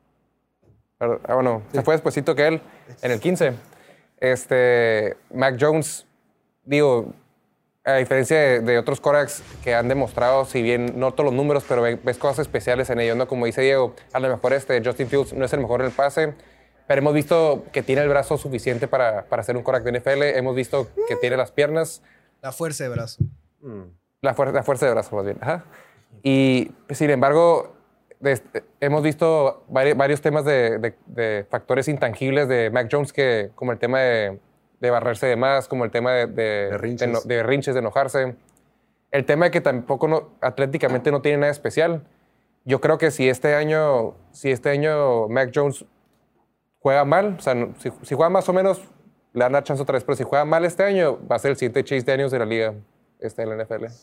Ah, bueno, se fue despuesito que él, en el quince. Este, Mac Jones, digo, a diferencia de, de otros quarterbacks que han demostrado, si bien no todos los números, pero ve- ves cosas especiales en ellos, ¿no? Como dice Diego, a lo mejor este Justin Fields no es el mejor en el pase, pero hemos visto que tiene el brazo suficiente para, para ser un quarterback de N F L. Hemos visto que tiene las piernas, La fuerza de brazo. la, fuer- la fuerza de brazo más bien. Ajá. Y sin embargo, de- hemos visto vari- varios temas de, de- de factores intangibles de Mac Jones, que, como el tema de, de barrerse de más, como el tema de, de, Berrinches. de, no- de berrinches, de enojarse. El tema de que tampoco no- atléticamente no tiene nada especial. Yo creo que si este año, si este año Mac Jones juega mal, o sea, no- si, si juega más o menos, le dan la chance otra vez, pero si juega mal este año, va a ser el siguiente Chase Daniels de la liga, este en la N F L.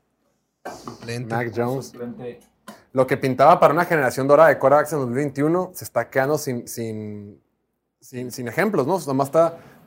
Lento. Mac Jones. Suplente. Lo que pintaba para una generación dorada de quarterbacks en dos mil veintiuno se está quedando sin, sin, sin, sin ejemplos, ¿no? Nomás está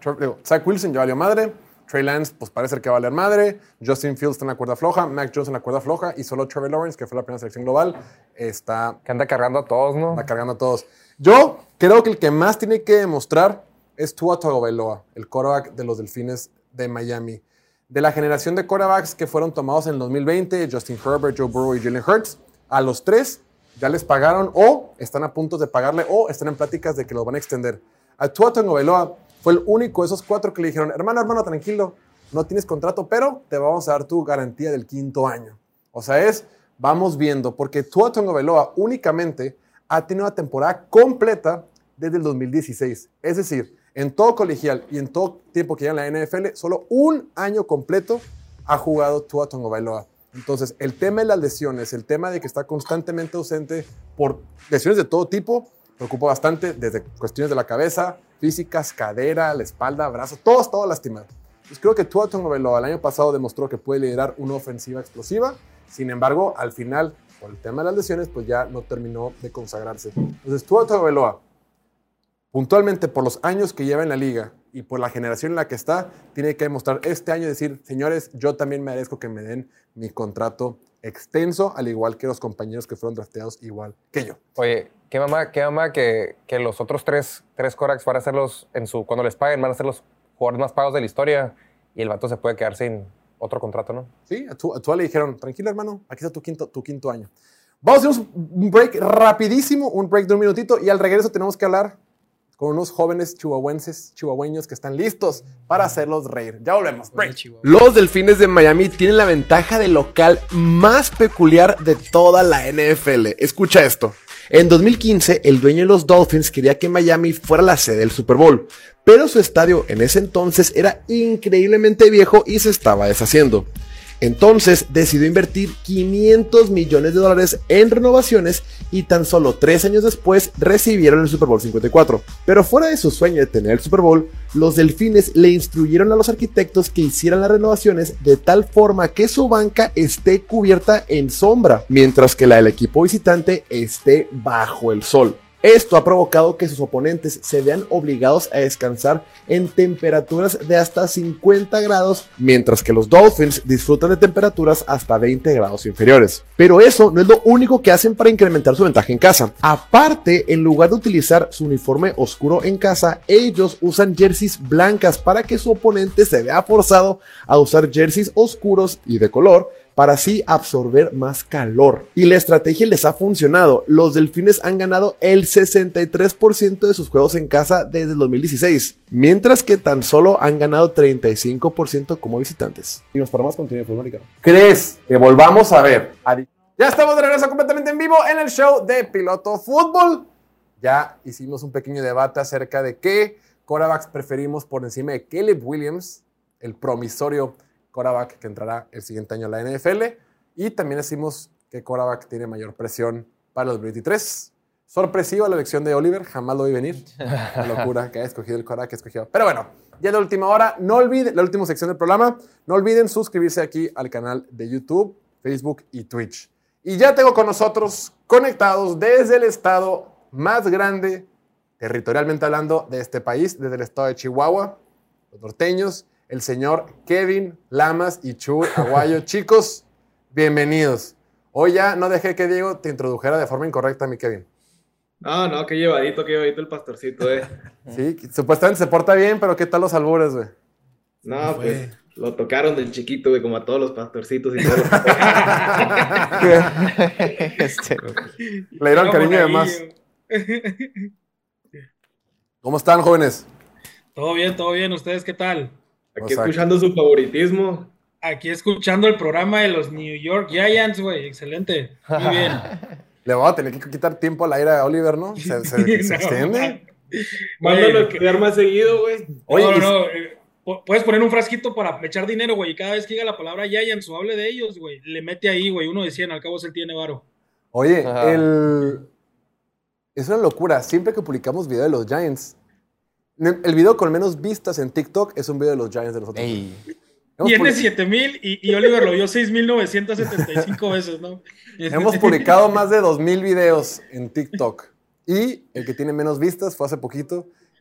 Tra- digo, Zach Wilson ya valió madre. Trey Lance, pues parece que va a valer madre. Justin Fields está en la cuerda floja. Mac Jones en la cuerda floja. Y solo Trevor Lawrence, que fue la primera selección global, está Que anda cargando a todos, ¿no? anda cargando a todos. Yo creo que el que más tiene que demostrar es Tua Tagovailoa, el quarterback de los Delfines de Miami. De la generación de quarterbacks que fueron tomados en el dos mil veinte, Justin Herbert, Joe Burrow y Jalen Hurts, a los tres ya les pagaron o están a punto de pagarle o están en pláticas de que los van a extender. A Tua Tagovailoa fue el único de esos cuatro que le dijeron, hermano, hermano, tranquilo, no tienes contrato, pero te vamos a dar tu garantía del quinto año. O sea, es, vamos viendo, porque Tua Tagovailoa únicamente ha tenido una temporada completa desde el dos mil dieciséis. Es decir, en todo colegial y en todo tiempo que lleva en la N F L, solo un año completo ha jugado Tua Tagovailoa. Entonces, el tema de las lesiones, el tema de que está constantemente ausente por lesiones de todo tipo, preocupa bastante, desde cuestiones de la cabeza, físicas, cadera, la espalda, brazos, todos, todo lastimado. Pues creo que Tua Tagovailoa el año pasado demostró que puede liderar una ofensiva explosiva. Sin embargo, al final, por el tema de las lesiones, pues ya no terminó de consagrarse. Entonces, Tua Tagovailoa, puntualmente por los años que lleva en la liga y por la generación en la que está, tiene que demostrar este año, decir, señores, yo también merezco que me den mi contrato extenso, al igual que los compañeros que fueron drafteados igual que yo. Oye, qué mamá, qué mamá que, que los otros tres, tres quarterbacks van a ser los, en su, cuando les paguen, van a ser los jugadores más pagos de la historia y el vato se puede quedar sin otro contrato, ¿no? Sí, a Tua, a Tua le dijeron, tranquilo hermano, aquí está tu quinto, tu quinto año. Vamos a hacer un break rapidísimo, un break de un minutito y al regreso tenemos que hablar con unos jóvenes chihuahuenses, chihuahueños que están listos para hacerlos reír. Ya volvemos. Break. Los Delfines de Miami tienen la ventaja de local más peculiar de toda la N F L. Escucha esto. En dos mil quince, el dueño de los Dolphins quería que Miami fuera la sede del Super Bowl, pero su estadio en ese entonces era increíblemente viejo y se estaba deshaciendo. Entonces decidió invertir quinientos millones de dólares en renovaciones y tan solo tres años después recibieron el Super Bowl cincuenta y cuatro. Pero fuera de su sueño de tener el Super Bowl, los Delfines le instruyeron a los arquitectos que hicieran las renovaciones de tal forma que su banca esté cubierta en sombra, mientras que la del equipo visitante esté bajo el sol. Esto ha provocado que sus oponentes se vean obligados a descansar en temperaturas de hasta cincuenta grados, mientras que los Dolphins disfrutan de temperaturas hasta veinte grados inferiores. Pero eso no es lo único que hacen para incrementar su ventaja en casa. Aparte, en lugar de utilizar su uniforme oscuro en casa, ellos usan jerseys blancas para que su oponente se vea forzado a usar jerseys oscuros y de color, para así absorber más calor. Y la estrategia les ha funcionado. Los Delfines han ganado el sesenta y tres por ciento de sus juegos en casa desde el dos mil dieciséis, mientras que tan solo han ganado treinta y cinco por ciento como visitantes. Y nos paramos con contenido de fútbol americano. ¿Crees que volvamos a ver? Ya estamos de regreso completamente en vivo en el show de Piloto Fútbol. Ya hicimos un pequeño debate acerca de qué quarterbacks preferimos por encima de Caleb Williams, el promisorio quarterback que entrará el siguiente año a la N F L. Y también decimos que quarterback tiene mayor presión para los veintitrés. Sorpresiva la elección de Oliver, jamás lo vi venir. Una locura que haya escogido el quarterback que escogió. Pero bueno, ya es la última hora. No olviden, la última sección del programa. No olviden suscribirse aquí al canal de YouTube, Facebook y Twitch. Y ya tengo con nosotros conectados desde el estado más grande, territorialmente hablando, de este país, desde el estado de Chihuahua, los norteños, el señor Kevin Lamas y Chuy Aguayo. Chicos, bienvenidos. Hoy ya no dejé que Diego te introdujera de forma incorrecta, mi Kevin. No, no, qué llevadito, qué llevadito el pastorcito, eh. Sí, supuestamente se porta bien, pero ¿qué tal los albures, güey? No, pues lo tocaron del chiquito, güey, como a todos los pastorcitos y todo. Este, Le dieron cariño y demás. ¿Cómo están, jóvenes? Todo bien, todo bien. ¿Ustedes qué tal? Aquí escuchando su favoritismo. Aquí escuchando el programa de los New York Giants, güey. Excelente. Muy bien. Le voy a tener que quitar tiempo al aire a Oliver, ¿no? Se, se, se No, extiende. Mándalo a estudiar más seguido, güey. Oye, no, y- no, no. eh, pu- Puedes poner un frasquito para echar dinero, güey. Y cada vez que diga la palabra Giants o hable de ellos, güey, le mete ahí, güey. Uno de cien, al cabo él tiene varo. Oye, Ajá. el... es una locura. Siempre que publicamos video de los Giants, el video con menos vistas en TikTok es un video de los Giants de nosotros. ey, Hemos, Tiene public- siete mil y, y Oliver lo vio seis mil novecientos setenta y cinco veces, ¿no? hemos publicado más de dos mil videos en TikTok. Y el que tiene menos vistas fue hace poquito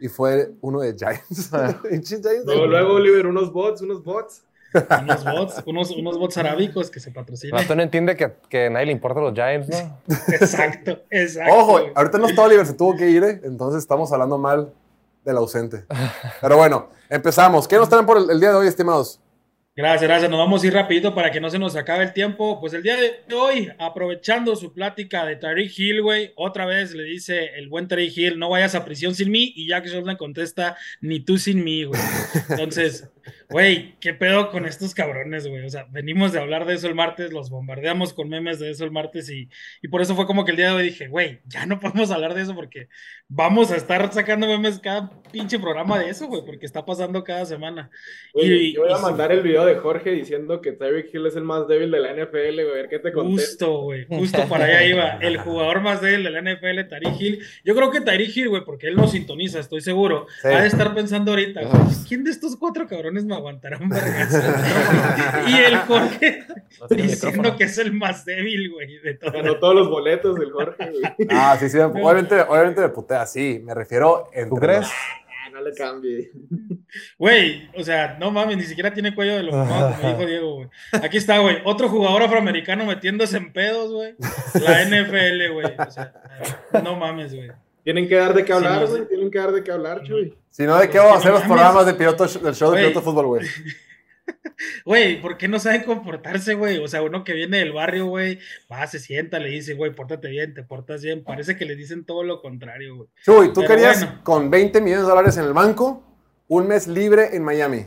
y fue uno de Giants. Giants Luego, luego, Oliver, unos bots, unos bots. Unos bots, unos, unos bots arábicos que se patrocinan. Rato no entiende que, que a nadie le importan los Giants, ¿no? Exacto, exacto. Ojo, güey. ahorita no está Oliver, se tuvo que ir, ¿eh? Entonces estamos hablando mal del ausente. Pero bueno, empezamos. ¿Qué nos traen por el, el día de hoy, estimados? Gracias, gracias. Nos vamos a ir rapidito para que no se nos acabe el tiempo. Pues el día de hoy, aprovechando su plática de Tyreek Hill, güey, otra vez le dice el buen Tyreek Hill, no vayas a prisión sin mí, y Jack Johnson contesta, ni tú sin mí, güey. Entonces, güey, ¿qué pedo con estos cabrones, güey? O sea, venimos de hablar de eso el martes, los bombardeamos con memes de eso el martes, y, y por eso fue como que el día de hoy dije, güey, ya no podemos hablar de eso porque vamos a estar sacando memes cada pinche programa de eso, güey, porque está pasando cada semana. Güey, Y, yo voy a y- mandar el video de Jorge diciendo que Tyreek Hill es el más débil de la N F L, güey, a ver qué te contesta. Justo, güey, justo para allá iba. El jugador más débil de la N F L, Tyreek Hill. Yo creo que Tyreek Hill, güey, porque él no sintoniza, estoy seguro, Sí. ha de estar pensando ahorita, güey, ¿quién de estos cuatro cabrones me aguantará un vergazo? Y el Jorge No tiene diciendo micrófono. que es el más débil, güey, de todo. Ganó todos los boletos el Jorge, güey. Ah, sí, sí. Obviamente, obviamente me putea, sí. Me refiero entre ¿Tú crees? los- Ah, no le cambie. Güey, o sea, no mames, ni siquiera tiene cuello de lo como dijo Diego, güey. Aquí está, güey, otro jugador afroamericano metiéndose en pedos, güey. La N F L, güey. O sea, no mames, güey. Tienen que dar de qué Sí, hablar, no güey. sé. Tienen que dar de qué hablar, Chuy. Si no, ¿de qué vamos a hacer los No mames. programas de piloto, del show de Güey. piloto de fútbol, güey? Güey, ¿por qué no saben comportarse, güey? O sea, uno que viene del barrio, güey, va, se sienta, le dice, güey, pórtate bien, te portas bien. Parece que le dicen todo lo contrario, güey. Chuy, tú Pero querías bueno. con veinte millones de dólares en el banco, un mes libre en Miami.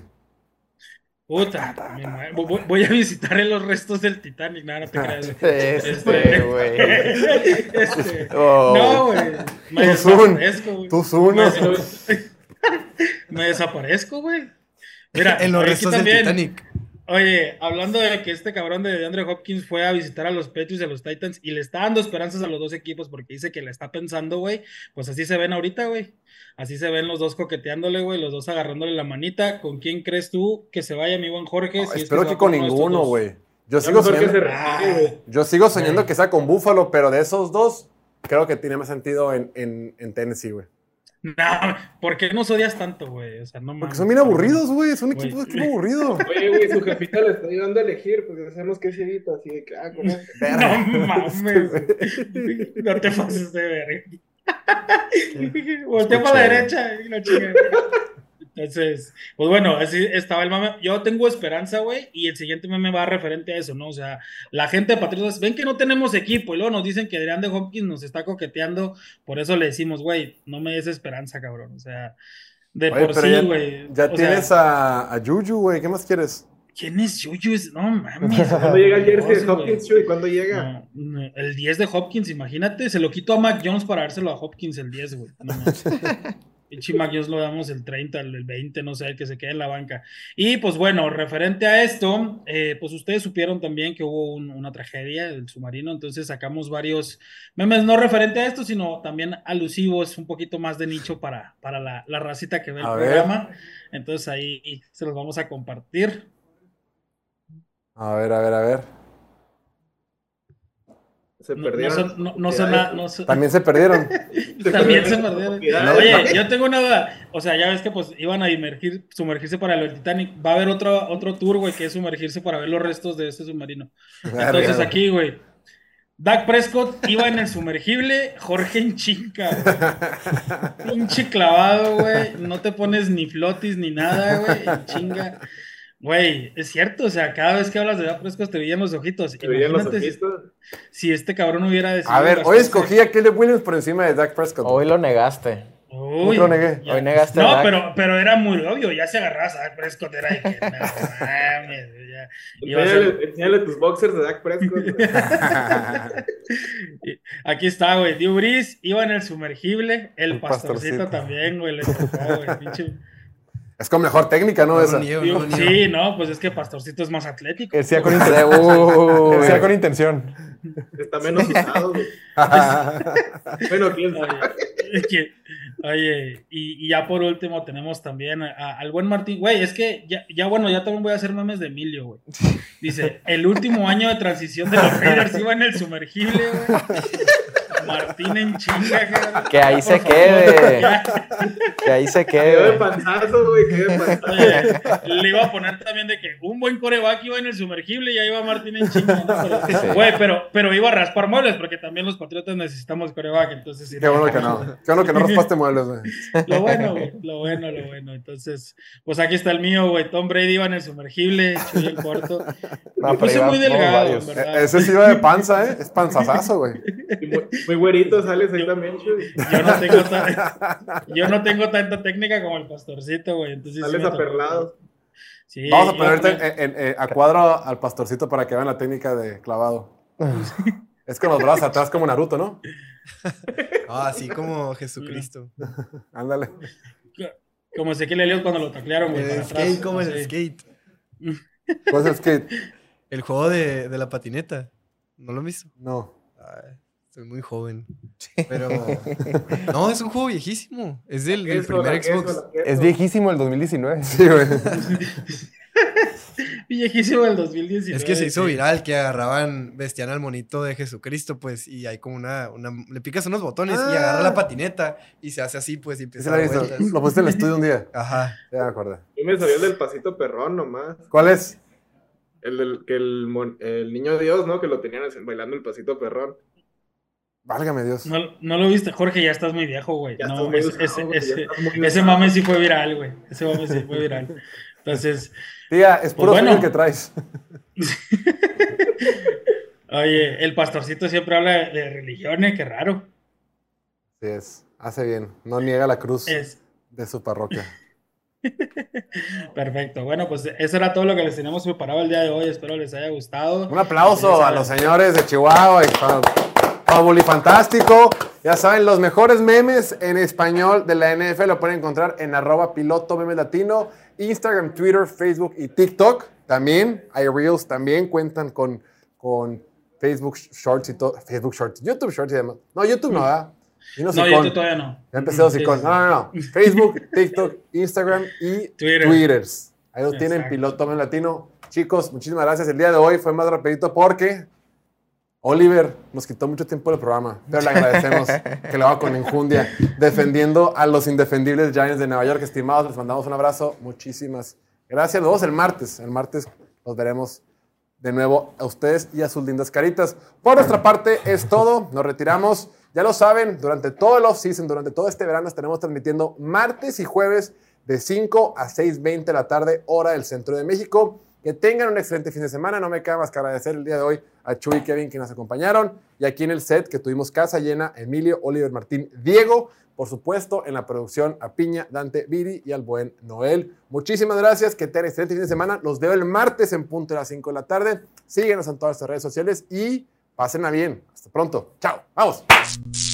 Puta, mi madre. voy, voy a visitar en los restos del Titanic, nada, no te creas. Este, güey. Este, Oh. No, güey. Me Tú Zun, desaparezco, güey. tú Zun, Me, no. des- me desaparezco, güey. Mira, En los aquí restos del también. Titanic. Oye, hablando de que este cabrón de DeAndre Hopkins fue a visitar a los Patriots y a los Titans y le está dando esperanzas a los dos equipos porque dice que le está pensando, güey. Pues así se ven ahorita, güey. Así se ven los dos coqueteándole, güey, los dos agarrándole la manita. ¿Con quién crees tú que se vaya mi buen Jorge? No, si es espero se que va con uno de estos ninguno, dos? güey. Yo Ya sigo mejor que se soñando, retire, güey. yo sigo soñando Güey. que sea con Buffalo, pero de esos dos, creo que tiene más sentido en, en, en Tennessee, güey. No, ¿por qué nos odias tanto, güey? O sea, no Porque mames. son bien aburridos, güey. Son un Güey. equipo, equipo aburrido. Oye, güey, su jefita le está ayudando a elegir, pues ya sabemos que es cieguita, así de que, ah, ¿cómo? No mames. No te pases de verga. Voltea para la derecha y la chingada. Entonces, pues bueno, así estaba el mame. Yo tengo esperanza, güey, y el siguiente meme va referente a eso, ¿no? O sea, la gente de Patriotas, ven que no tenemos equipo, y luego nos dicen que Adrián de Hopkins nos está coqueteando, por eso le decimos, güey, no me des esperanza, cabrón. O sea, de Oye, por pero sí, ya, güey. ya O tienes sea, a, a Juju, güey. ¿Qué más quieres? ¿quién es Juju? Es- No mames. ¿Cuándo llega el jersey de Dios, güey. Hopkins, Chuy? ¿Cuándo llega? No, no, el diez de Hopkins, imagínate, se lo quito a Mac Jones para dárselo a Hopkins el diez, güey. No mames. Pinche Mac Jones lo damos el treinta, el veinte, no sé, el que se quede en la banca. Y pues bueno, referente a esto, eh, pues ustedes supieron también que hubo un- una tragedia del submarino, entonces sacamos varios memes, no referente a esto, sino también alusivos, un poquito más de nicho para, para la, la racita que ve el A ver. programa. Entonces ahí se los vamos a compartir. A ver, a ver, a ver. Se No, no perdieron. son, no, no son nada- no son- También se perdieron. También se perdieron. Propiedades. Oye, yo tengo una duda. O sea, ya ves que pues iban a inmergir, sumergirse para el Titanic. Va a haber otro, otro tour, güey, que es sumergirse para ver los restos de este submarino. Entonces aquí, güey, Dak Prescott iba en el sumergible, Jorge en chinga, güey. Pinche clavado, güey. No te pones ni flotis ni nada, güey. En chinga. Güey, es cierto, o sea, cada vez que hablas de Dak Prescott te veían los ojitos. Se veían los Imagínate si, ojitos. si este cabrón hubiera decidido A ver, hoy gastarse- escogí a Caleb Williams por encima de Dak Prescott. Hoy lo negaste. Uy, Otro negué. ya. Hoy negaste a No, Dak. pero, pero era muy obvio, ya se agarrabas a Dak Prescott, era de que, no mames, ya. Iba a ser- Enséñale, enséñale tus boxers de Dak Prescott. Aquí está, güey, Drew Brees iba en el sumergible, el, El pastorcito, pastorcito. también, güey, le tocó, güey, pinche. Es con mejor técnica, ¿no? No Esa. lo niego, no lo niego. Sí, no, pues es que pastorcito es más atlético. Él sea con, inten- Uy. él sea con intención. Está menos usado, güey. Bueno, quién sabe. Oye, que- oye, y, y ya por último tenemos también a- a- al buen Martín. Güey, es que ya, ya bueno, ya también voy a hacer memes de Emilio, güey. Dice, el último año de transición de los Raiders iba en el sumergible, güey. Martín en chinga. Que ahí se quede. Que ahí se Quedó de quede. panzazo, güey, quedó de panzazo. Oye, le iba a poner también de que un buen coreback iba en el sumergible y ahí iba Martín en chinga. ¿no? Pero, Sí. güey, pero, pero iba a raspar muebles porque también los Patriotas necesitamos coreback. Entonces, sí, Qué bueno que no. Qué bueno que no raspaste muebles, güey. Lo bueno, güey, lo bueno, lo bueno. Entonces, pues aquí está el mío, güey. Tom Brady iba en el sumergible, Chuy en corto. No, Me pero puse iba- muy no, delgado, varios. en verdad. E- Ese sí va de panza, ¿eh? Es panzazazo, güey. Y Muy, muy güerito sales ahí también, Chuy. Yo no tengo ta- yo no tengo tanta técnica como el pastorcito, güey. Entonces, sí Sales me tocó. aperlado. Sí, Vamos a iba ponerte poner- en- en- en- a cuadro al pastorcito para que vean la técnica de clavado. Es con los brazos atrás como Naruto, ¿no? Ah, así como Jesucristo. Ándale. Como Ezequiel Elliott cuando lo taclearon, güey. El para skate, atrás, como el así. skate. Pues es que El juego de, de la patineta. ¿No lo han visto? no. Ay, soy muy joven. Pero. No, es un juego viejísimo. Es del, del Eso, primer la queso, Xbox. la queso. Es viejísimo el dos mil diecinueve. Sí, güey. Viejísimo del dos mil diecinueve. Es que se hizo sí. viral que agarraban, vestían al monito de Jesucristo, pues, y hay como una, una le picas unos botones y Ah. agarra la patineta y se hace así, pues, y Sí, empieza la a he dar visto. vueltas. Lo puse en el estudio un día. Ajá. Ya me acordé. Y me salió el del pasito perrón nomás. ¿Cuál es? El del que el, mon- el niño Dios, ¿no? Que lo tenían así, bailando el pasito perrón. Válgame Dios. No, no lo viste, Jorge, ya estás muy viejo, güey. Ya No, estás muy ese, usado, ese, güey, ya ese, estás muy ese usado. mame sí fue viral, güey. Ese mame sí fue viral. Entonces, Tía, es puro Pues bueno. sueño que traes. oye, el pastorcito siempre habla de, de religiones, qué raro. Sí es. Hace bien. No niega la cruz Es de su parroquia. perfecto. Bueno, pues eso era todo lo que les teníamos preparado el día de hoy. Espero les haya gustado. Un aplauso Ya a saben. los señores de Chihuahua y fa- Fabulifantástico. Ya saben, los mejores memes en español de la N F L lo pueden encontrar en arroba piloto memes latino, Instagram, Twitter, Facebook y TikTok. También hay Reels, también cuentan con, con Facebook Shorts y todo. Facebook Shorts, YouTube Shorts y demás. No, YouTube no, ¿verdad? Y no, No, Sicón. yo todavía no. Ya empecé los Sí, Sicón. sí, No, no, no. Facebook, TikTok, Instagram y Twitter. Twitters. Ahí los tienen, Exacto. Piloto Memes Latino. Chicos, muchísimas gracias. El día de hoy fue más rapidito porque Oliver nos quitó mucho tiempo del programa, pero le agradecemos que lo haga con enjundia, defendiendo a los indefendibles Giants de Nueva York. Estimados, les mandamos un abrazo. Muchísimas gracias. Nos vemos el martes. El martes los veremos de nuevo a ustedes y a sus lindas caritas. Por nuestra parte es todo. Nos retiramos. Ya lo saben, durante todo el off-season, durante todo este verano estaremos transmitiendo martes y jueves de cinco a seis veinte de la tarde, hora del centro de México. Que tengan un excelente fin de semana. No me queda más que agradecer el día de hoy a Chuy y Kevin que nos acompañaron. Y aquí en el set que tuvimos casa llena, Emilio, Oliver, Martín, Diego. Por supuesto, en la producción a Piña, Dante, Viri y al buen Noel. Muchísimas gracias. Que tengan excelente fin de semana. Los veo el martes en punto de las cinco de la tarde. Síguenos en todas nuestras redes sociales y pásenla bien. Hasta pronto. Chao. Vamos.